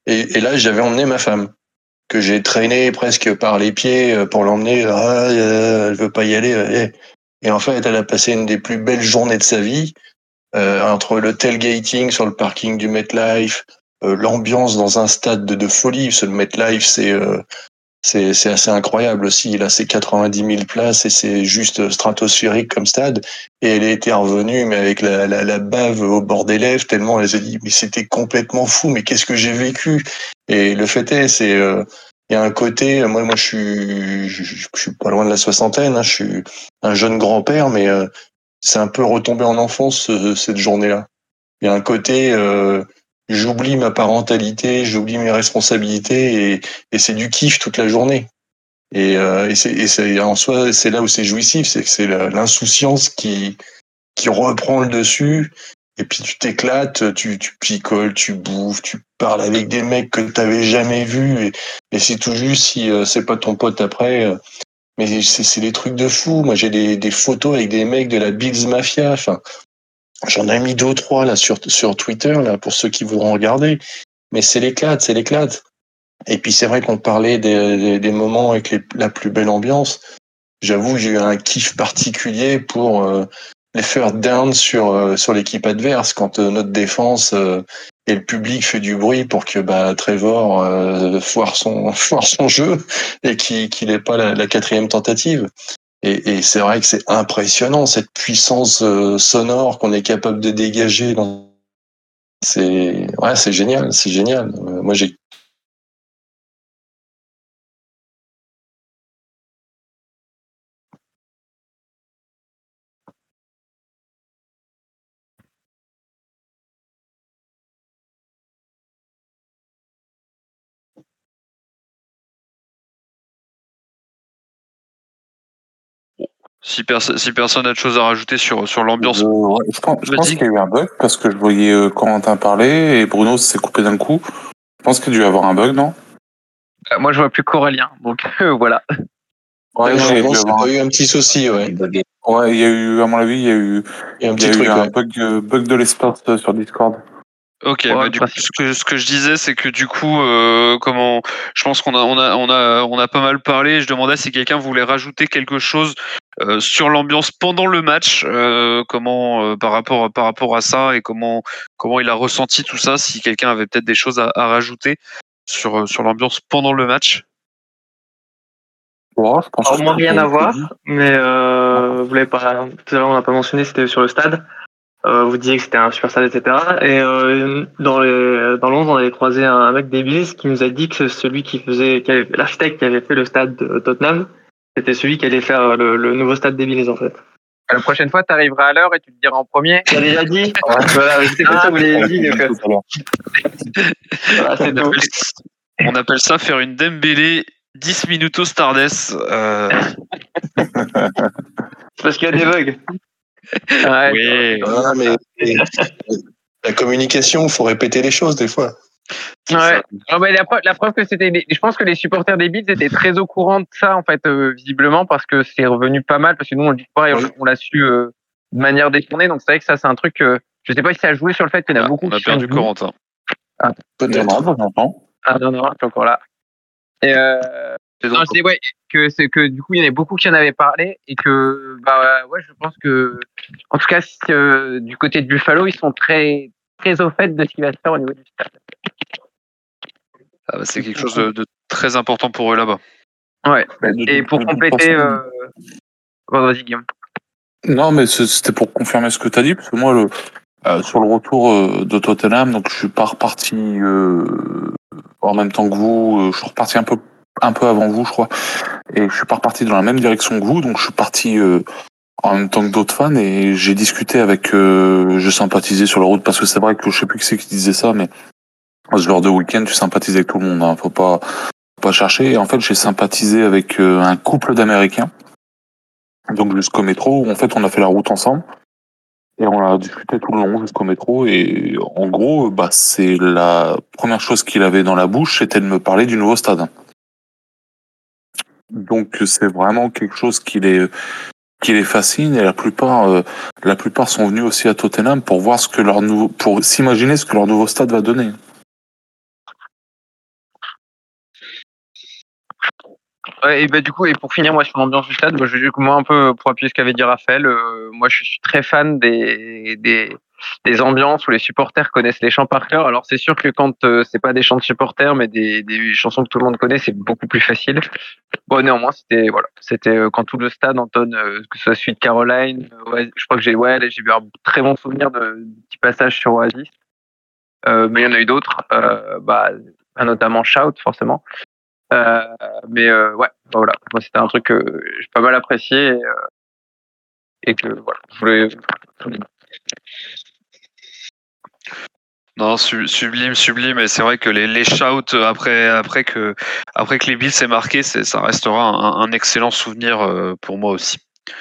Et là, j'avais emmené ma femme, que j'ai traîné presque par les pieds pour l'emmener. Elle veut pas y aller. Et en fait, elle a passé une des plus belles journées de sa vie, entre le tailgating sur le parking du MetLife, l'ambiance dans un stade de folie. Parce que le MetLife, c'est assez incroyable aussi. Il a ses 90 000 places et c'est juste stratosphérique comme stade. Et elle était revenue, mais avec la bave au bord des lèvres, tellement elle s'est dit, mais c'était complètement fou, mais qu'est-ce que j'ai vécu? Et le fait est, il y a un côté, moi, je suis pas loin de la soixantaine, hein, je suis un jeune grand-père, mais c'est un peu retombé en enfance, cette journée-là. Il y a un côté, j'oublie ma parentalité, j'oublie mes responsabilités et c'est du kiff toute la journée. Et c'est en soi, c'est là où c'est jouissif, c'est que c'est l'insouciance qui reprend le dessus. Et puis tu t'éclates, tu picoles, tu bouffes, tu parles avec des mecs que t'avais jamais vus. Et c'est tout juste si c'est pas ton pote après. Mais c'est des trucs de fou. Moi j'ai des photos avec des mecs de la Bills Mafia. Enfin, j'en ai mis 2 ou 3 là sur Twitter là pour ceux qui voudront regarder. Mais c'est l'éclate. Et puis c'est vrai qu'on parlait des moments avec la plus belle ambiance. J'avoue, j'ai eu un kiff particulier pour les third down sur l'équipe adverse quand notre défense et le public fait du bruit pour que Trevor foire son jeu et qu'il ait pas la 4e tentative. Et c'est vrai que c'est impressionnant cette puissance sonore qu'on est capable de dégager. C'est génial. Moi j'ai Si personne n'a de choses à rajouter sur l'ambiance. Ouais, je pense qu'il y a eu un bug parce que je voyais Corentin parler et Bruno s'est coupé d'un coup. Je pense qu'il y a dû y avoir un bug, non? Moi, je vois plus Corélien, donc voilà. Ouais, non, il y a non, dû c'est avoir pas eu un petit souci, ouais. Ouais, il y a eu, à mon avis, il y a eu un petit truc, un ouais. bug de l'espace sur Discord. Ok, Ouais, du coup, ce que je disais, c'est que du coup, je pense qu'on a pas mal parlé. Je demandais si quelqu'un voulait rajouter quelque chose sur l'ambiance pendant le match, par rapport à ça et comment il a ressenti tout ça. Si quelqu'un avait peut-être des choses à rajouter sur l'ambiance pendant le match. Ouais, je pense Alors que moi tout rien a à été voir, dit. mais vous l'avez pas tout à l'heure on n'a pas mentionné, c'était sur le stade. Vous disiez que c'était un super stade, etc. Et dans Londres, on avait croisé un mec des Bills qui nous a dit que celui l'architecte qui avait fait le stade de Tottenham, c'était celui qui allait faire le nouveau stade des Bills en fait. La prochaine fois, tu arriveras à l'heure et tu te diras en premier. Tu l'as déjà dit. Voilà, je sais pas si vous l'avez dit. Donc, voilà, c'est tout. On appelle ça faire une Dembélé 10 minutos Stardust. C'est parce qu'il y a des bugs. Ouais. Oui. Ah, mais la communication, il faut répéter les choses des fois. Ouais. Non, mais la preuve que je pense que les supporters des Bills étaient très au courant de ça, en fait, visiblement, parce que c'est revenu pas mal, parce que nous, on le dit pas et on l'a su de manière détournée. Donc, c'est vrai que ça, c'est un truc, je sais pas si ça a joué sur le fait qu'il y en a beaucoup On a qui perdu ont vu. Corentin. Peut-être. Ah non, je suis encore là. Et non, je dis que du coup il y en avait beaucoup qui en avaient parlé et que je pense que en tout cas du côté de Buffalo ils sont très très au fait de ce qui va se faire au niveau du stade. C'est quelque chose de très important pour eux là-bas. Ouais. Et pour compléter, vas-y Guillaume. Non, mais c'était pour confirmer ce que tu as dit, parce que moi, sur le retour de Tottenham, donc je suis pas reparti en même temps que vous. Je suis reparti un peu avant vous, je crois, et je suis pas reparti dans la même direction que vous, donc je suis parti en même temps que d'autres fans et j'ai discuté avec. Je sympathisais sur la route parce que c'est vrai que je sais plus qui c'est qui disait ça, mais ce genre de week-end, tu sympathises avec tout le monde, hein, faut pas chercher. Et en fait, j'ai sympathisé avec un couple d'Américains. Donc jusqu'au métro, en fait on a fait la route ensemble et on a discuté tout le long jusqu'au métro et en gros c'est la première chose qu'il avait dans la bouche, c'était de me parler du nouveau stade. Donc c'est vraiment quelque chose qui les fascine et la plupart sont venus aussi à Tottenham pour voir pour s'imaginer ce que leur nouveau stade va donner. Ouais, et bah, du coup, et pour finir, moi, sur l'ambiance du stade, moi, un peu pour appuyer ce qu'avait dit Raphaël, moi, je suis très fan des ambiances où les supporters connaissent les chants par cœur. Alors, c'est sûr que quand c'est pas des chants de supporters, mais des chansons que tout le monde connaît, c'est beaucoup plus facile. Bon, néanmoins, c'était quand tout le stade entonne, que ce soit Sweet Caroline, je crois que j'ai eu un très bon souvenir de petits passages sur Oasis. Mais il y en a eu d'autres, notamment Shout, forcément. Ouais, voilà. Moi, c'était un truc que j'ai pas mal apprécié et que voilà, je voulais. Non, sublime. Et c'est vrai que les shouts après que les Bills aient marqué, ça restera un excellent souvenir pour moi aussi.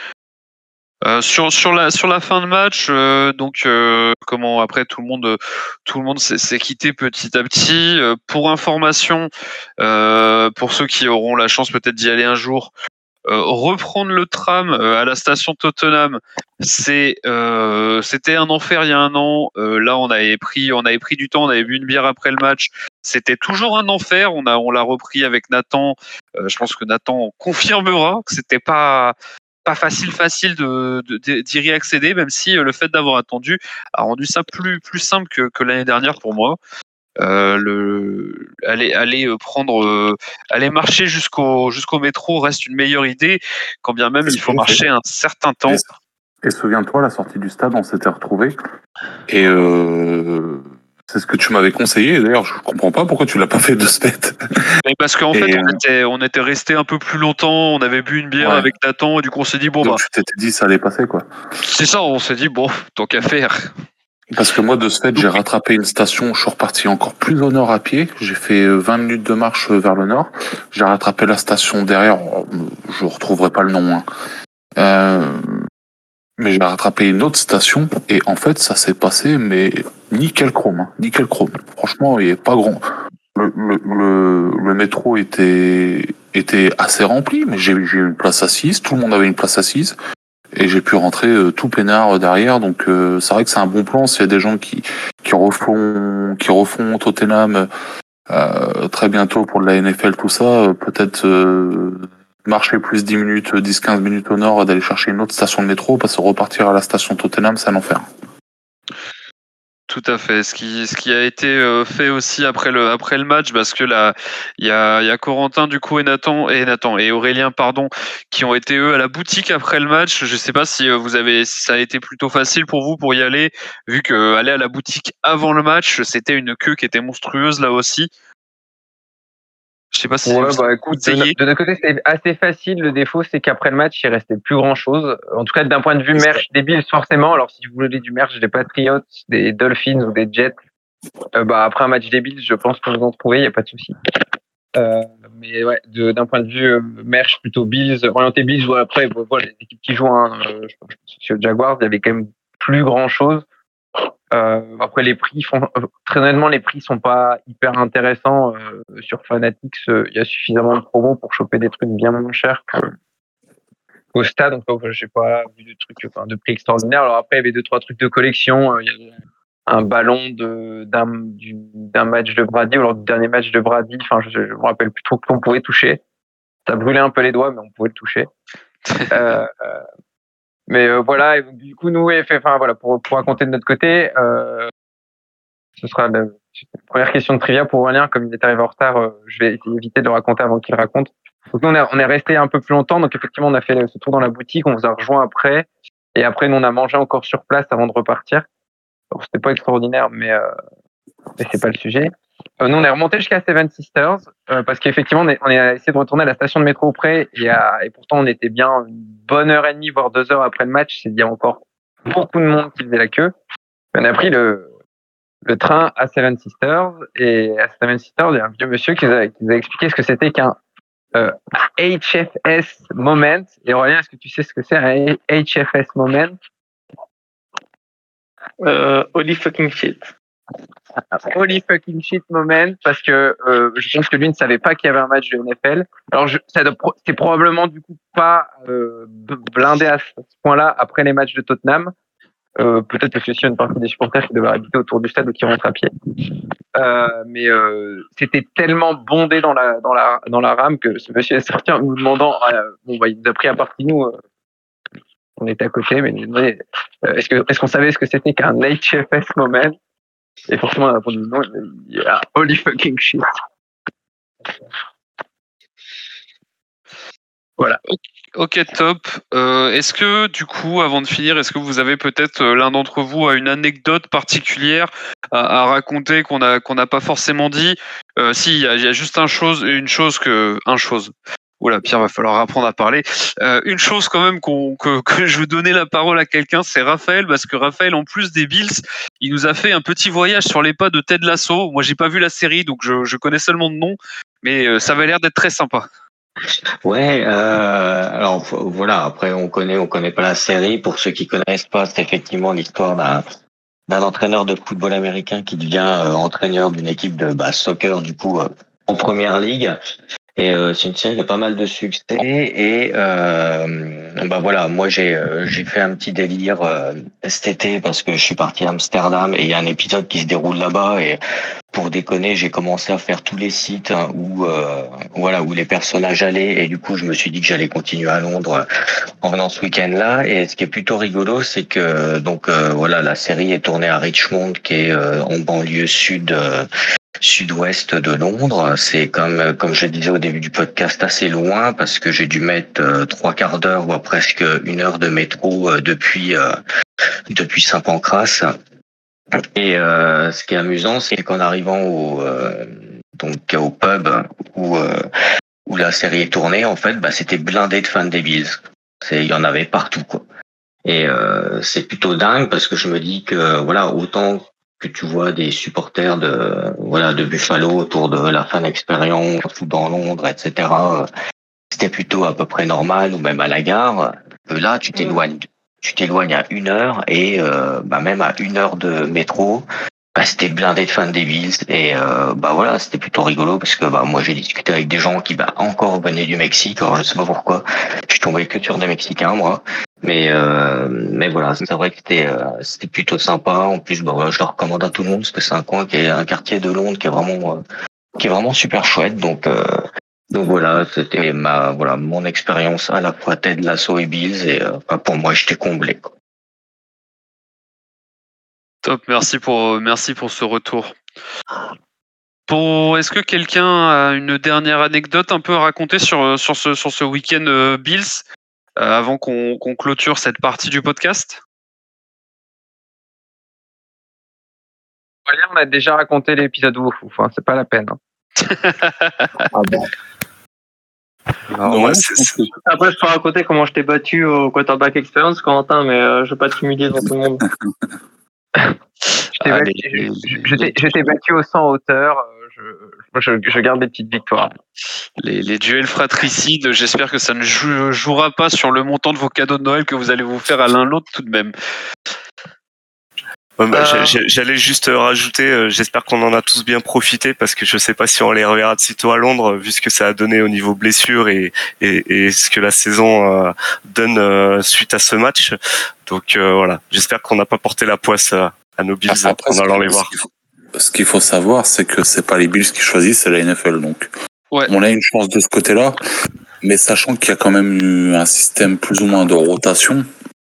Sur la fin de match, comment après tout le monde s'est quitté petit à petit. Pour information, pour ceux qui auront la chance peut-être d'y aller un jour, reprendre le tram à la station Tottenham, c'était un enfer il y a un an. Là, on avait pris du temps, on avait bu une bière après le match. C'était toujours un enfer. On l'a repris avec Nathan. Je pense que Nathan confirmera que c'était pas facile d'y réaccéder, même si le fait d'avoir attendu a rendu ça plus simple que l'année dernière pour moi. Aller marcher jusqu'au métro reste une meilleure idée, quand bien même il faut marcher un certain temps. Et souviens-toi, à la sortie du stade, on s'était retrouvés. Et c'est ce que tu m'avais conseillé. D'ailleurs, je comprends pas pourquoi tu l'as pas fait de ce fait. Mais parce qu'en fait, on était resté un peu plus longtemps, on avait bu une bière avec Nathan, et du coup on s'est dit Donc tu t'étais dit ça allait passer, quoi. C'est ça, on s'est dit bon, tant qu'à faire. Parce que moi, de ce fait, j'ai rattrapé une station, je suis reparti encore plus au nord à pied. J'ai fait 20 minutes de marche vers le nord. J'ai rattrapé la station derrière, je retrouverai pas le nom, mais j'ai rattrapé une autre station, et en fait, ça s'est passé, mais nickel chrome. Franchement, il n'y a pas grand. Le métro était assez rempli, mais j'ai eu une place assise, tout le monde avait une place assise, et j'ai pu rentrer tout peinard derrière. Donc c'est vrai que c'est un bon plan. S'il y a des gens qui refont Tottenham très bientôt pour de la NFL, tout ça, peut-être marcher plus 10-15 minutes au nord, d'aller chercher une autre station de métro, parce que repartir à la station Tottenham, c'est un enfer. Tout à fait. Ce qui a été fait aussi après le match, parce que là, il y a Corentin du coup et Nathan et Aurélien qui ont été eux à la boutique après le match. Je sais pas si ça a été plutôt facile pour vous pour y aller, vu que aller à la boutique avant le match, c'était une queue qui était monstrueuse là aussi. Je sais pas si écoute, de notre côté, c'est assez facile. Le défaut, c'est qu'après le match, il restait plus grand chose. En tout cas, d'un point de vue merch des Bills, forcément. Alors, si vous voulez du merch des Patriots, des Dolphins ou des Jets, après un match des Bills, je pense qu'on vous en trouver, il n'y a pas de souci. Mais ouais, d'un point de vue merch plutôt Bills, orienté Bills, après, les équipes qui jouent, je pense que sur Jaguars, il y avait quand même plus grand chose. Après les prix très honnêtement, les prix sont pas hyper intéressants sur Fanatics. Il y a suffisamment de promos pour choper des trucs bien moins chers qu'au stade. Donc j'ai pas vu de trucs de prix extraordinaires. Alors après il y avait 2-3 trucs de collection. Il y avait un ballon d'un match de Brady, ou alors du dernier match de Brady. Enfin je me rappelle plus trop qu'on pouvait toucher. Ça brûlait un peu les doigts, mais on pouvait le toucher. Mais voilà, et du coup, nous, pour raconter de notre côté, ce sera la première question de trivia pour Aurélien. Comme il est arrivé en retard, je vais éviter de le raconter avant qu'il raconte. Donc, nous, on est resté un peu plus longtemps. Donc, effectivement, on a fait ce tour dans la boutique. On vous a rejoint après. Et après, nous, on a mangé encore sur place avant de repartir. Alors, c'était pas extraordinaire, mais c'est pas le sujet. Nous, on est remonté jusqu'à Seven Sisters parce qu'effectivement, on a essayé de retourner à la station de métro près et pourtant, on était bien une bonne heure et demie, voire 2 heures après le match. C'est-à-dire encore beaucoup de monde qui faisait la queue. On a pris le train à Seven Sisters, et à Seven Sisters, il y a un vieux monsieur qui nous a expliqué ce que c'était qu'un HFS moment. Et Aurélien, est-ce que tu sais ce que c'est un HFS moment? Holy fucking shit. Holy fucking shit moment, parce que je pense que lui ne savait pas qu'il y avait un match de NFL. Alors c'est probablement du coup pas blindé à ce point-là après les matchs de Tottenham, Peut-être parce que s'il y a une partie des supporters qui devaient habiter autour du stade ou qui rentrent à pied. Mais c'était tellement bondé dans la rame que ce monsieur est sorti en nous demandant, il nous a pris à partie nous, on était à côté, mais il nous demandait, est-ce qu'on savait ce que c'était qu'un HFS moment? Et forcément, on a répondu non, yeah, holy fucking shit. Voilà. Ok, top. Est-ce que, du coup, avant de finir, est-ce que vous avez peut-être l'un d'entre vous a une anecdote particulière à raconter qu'on n'a pas forcément dit? Si, il y a juste une chose. Oula, Pierre, va falloir apprendre à parler. Une chose quand même que je veux donner la parole à quelqu'un, c'est Raphaël, parce que Raphaël, en plus des Bills, il nous a fait un petit voyage sur les pas de Ted Lasso. Moi, j'ai pas vu la série, donc je connais seulement de nom, mais ça avait l'air d'être très sympa. Ouais, alors voilà, après on connaît pas la série. Pour ceux qui connaissent pas, c'est effectivement l'histoire d'un entraîneur de football américain qui devient entraîneur d'une équipe de soccer du coup en première ligue. Et c'est une série qui a pas mal de succès. Et voilà, moi j'ai fait un petit délire cet été parce que je suis parti à Amsterdam et il y a un épisode qui se déroule là-bas et pour déconner, j'ai commencé à faire tous les sites où les personnages allaient et du coup je me suis dit que j'allais continuer à Londres en venant ce week-end-là. Et ce qui est plutôt rigolo, c'est que la série est tournée à Richmond, qui est en banlieue sud-ouest de Londres. C'est comme je le disais au début du podcast, assez loin parce que j'ai dû mettre 3/4 d'heure voire presque 1 heure de métro depuis Saint-Pancras. Et ce qui est amusant, c'est qu'en arrivant au pub où la série est tournée, en fait, c'était blindé de fans des Bills. Il y en avait partout, quoi. Et c'est plutôt dingue parce que je me dis que autant que tu vois des supporters de Buffalo autour de la fan expérience ou dans Londres, etc. C'était plutôt à peu près normal ou même à la gare. Là, tu t'éloignes à 1 heure et même à 1 heure de métro, c'était blindé de fans des Bills et c'était plutôt rigolo parce que moi j'ai discuté avec des gens qui encore venaient du Mexique. Alors je sais pas pourquoi, je suis tombé que sur des Mexicains moi. Mais voilà, c'est vrai que c'était plutôt sympa. En plus, je le recommande à tout le monde parce que c'est un coin qui est un quartier de Londres qui est vraiment super chouette. Donc voilà, c'était mon expérience à la fois Ted Lasso et Bills et pour moi j'étais comblé, quoi. Top, merci pour ce retour. Est-ce que quelqu'un a une dernière anecdote un peu à raconter sur ce week-end Bills avant qu'on clôture cette partie du podcast? On a déjà raconté l'épisode ouf, c'est pas la peine. Ah bon. Après, je peux raconter comment je t'ai battu au quarterback experience, Corentin, mais je vais pas t'humilier devant tout le monde. Je t'ai battu au 100 hauteur. Je garde des petites victoires. Les duels fratricides, j'espère que ça ne jouera pas sur le montant de vos cadeaux de Noël que vous allez vous faire à l'un l'autre tout de même. J'allais juste rajouter, j'espère qu'on en a tous bien profité parce que je sais pas si on les reverra de sitôt à Londres vu ce que ça a donné au niveau blessure et ce que la saison donne suite à ce match. Donc voilà, j'espère qu'on n'a pas porté la poisse à nos Bills en allant les voir. Ce qu'il faut savoir, c'est que c'est pas les Bills qui choisissent, c'est la NFL. Donc ouais. On a une chance de ce côté-là, mais sachant qu'il y a quand même eu un système plus ou moins de rotation.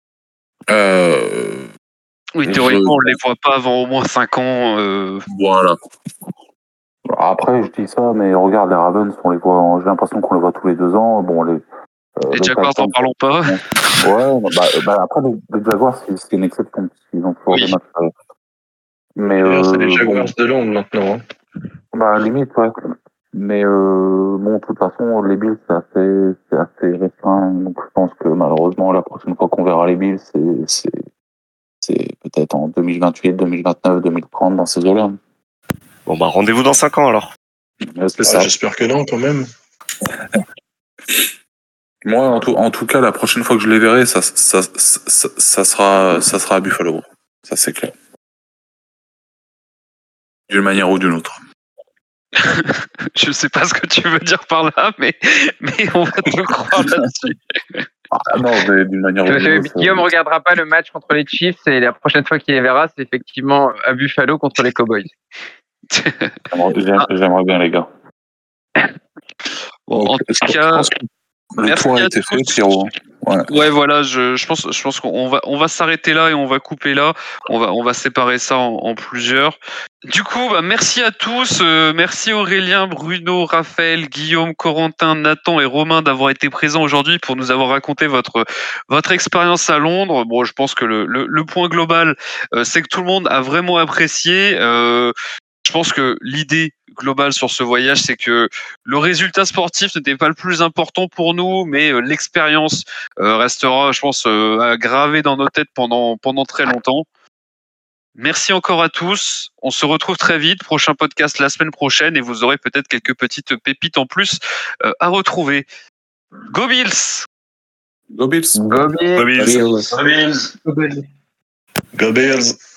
Oui, théoriquement, on ne les voit pas avant au moins 5 ans. Voilà. Après, je dis ça, mais regarde, les Ravens, on les voit, j'ai l'impression qu'on les voit tous les 2 ans. Bon, les Jaguars, n'en parlons pas. Ouais, après, les Jaguars, c'est une exception, parce qu'ils ont toujours des matchs. Mais c'est les Jaguars de Londres maintenant. Limite, ouais. Mais de toute façon, les Bills, c'est assez restreint. Donc, je pense que malheureusement, la prochaine fois qu'on verra les Bills, c'est peut-être en 2028, 2029, 2030, dans ces eaux-là. Bon, rendez-vous dans 5 ans, alors. C'est ça. J'espère que non, quand même. Moi, en tout cas, la prochaine fois que je les verrai, ça sera à Buffalo. Ça, c'est clair. D'une manière ou d'une autre. Je sais pas ce que tu veux dire par là, mais on va te croire là-dessus. Non, mais d'une manière ou d'une autre. Guillaume ne regardera pas le match contre les Chiefs et la prochaine fois qu'il les verra, c'est effectivement à Buffalo contre les Cowboys. J'aimerais bien, les gars. Bon, en tout cas, je pense que le tour a été fait, Pierrot. Ouais, voilà, je pense qu'on va s'arrêter là et on va couper là. On va séparer ça en plusieurs. Du coup, merci à tous. Merci Aurélien, Bruno, Raphaël, Guillaume, Corentin, Nathan et Romain d'avoir été présents aujourd'hui pour nous avoir raconté votre expérience à Londres. Bon, je pense que le point global, c'est que tout le monde a vraiment apprécié. Je pense que l'idée globale sur ce voyage, c'est que le résultat sportif n'était pas le plus important pour nous, mais l'expérience restera, je pense, gravée dans nos têtes pendant très longtemps. Merci encore à tous. On se retrouve très vite. Prochain podcast la semaine prochaine et vous aurez peut-être quelques petites pépites en plus à retrouver. Go Bills! Go Bills! Go Bills! Go Bills! Go Bills.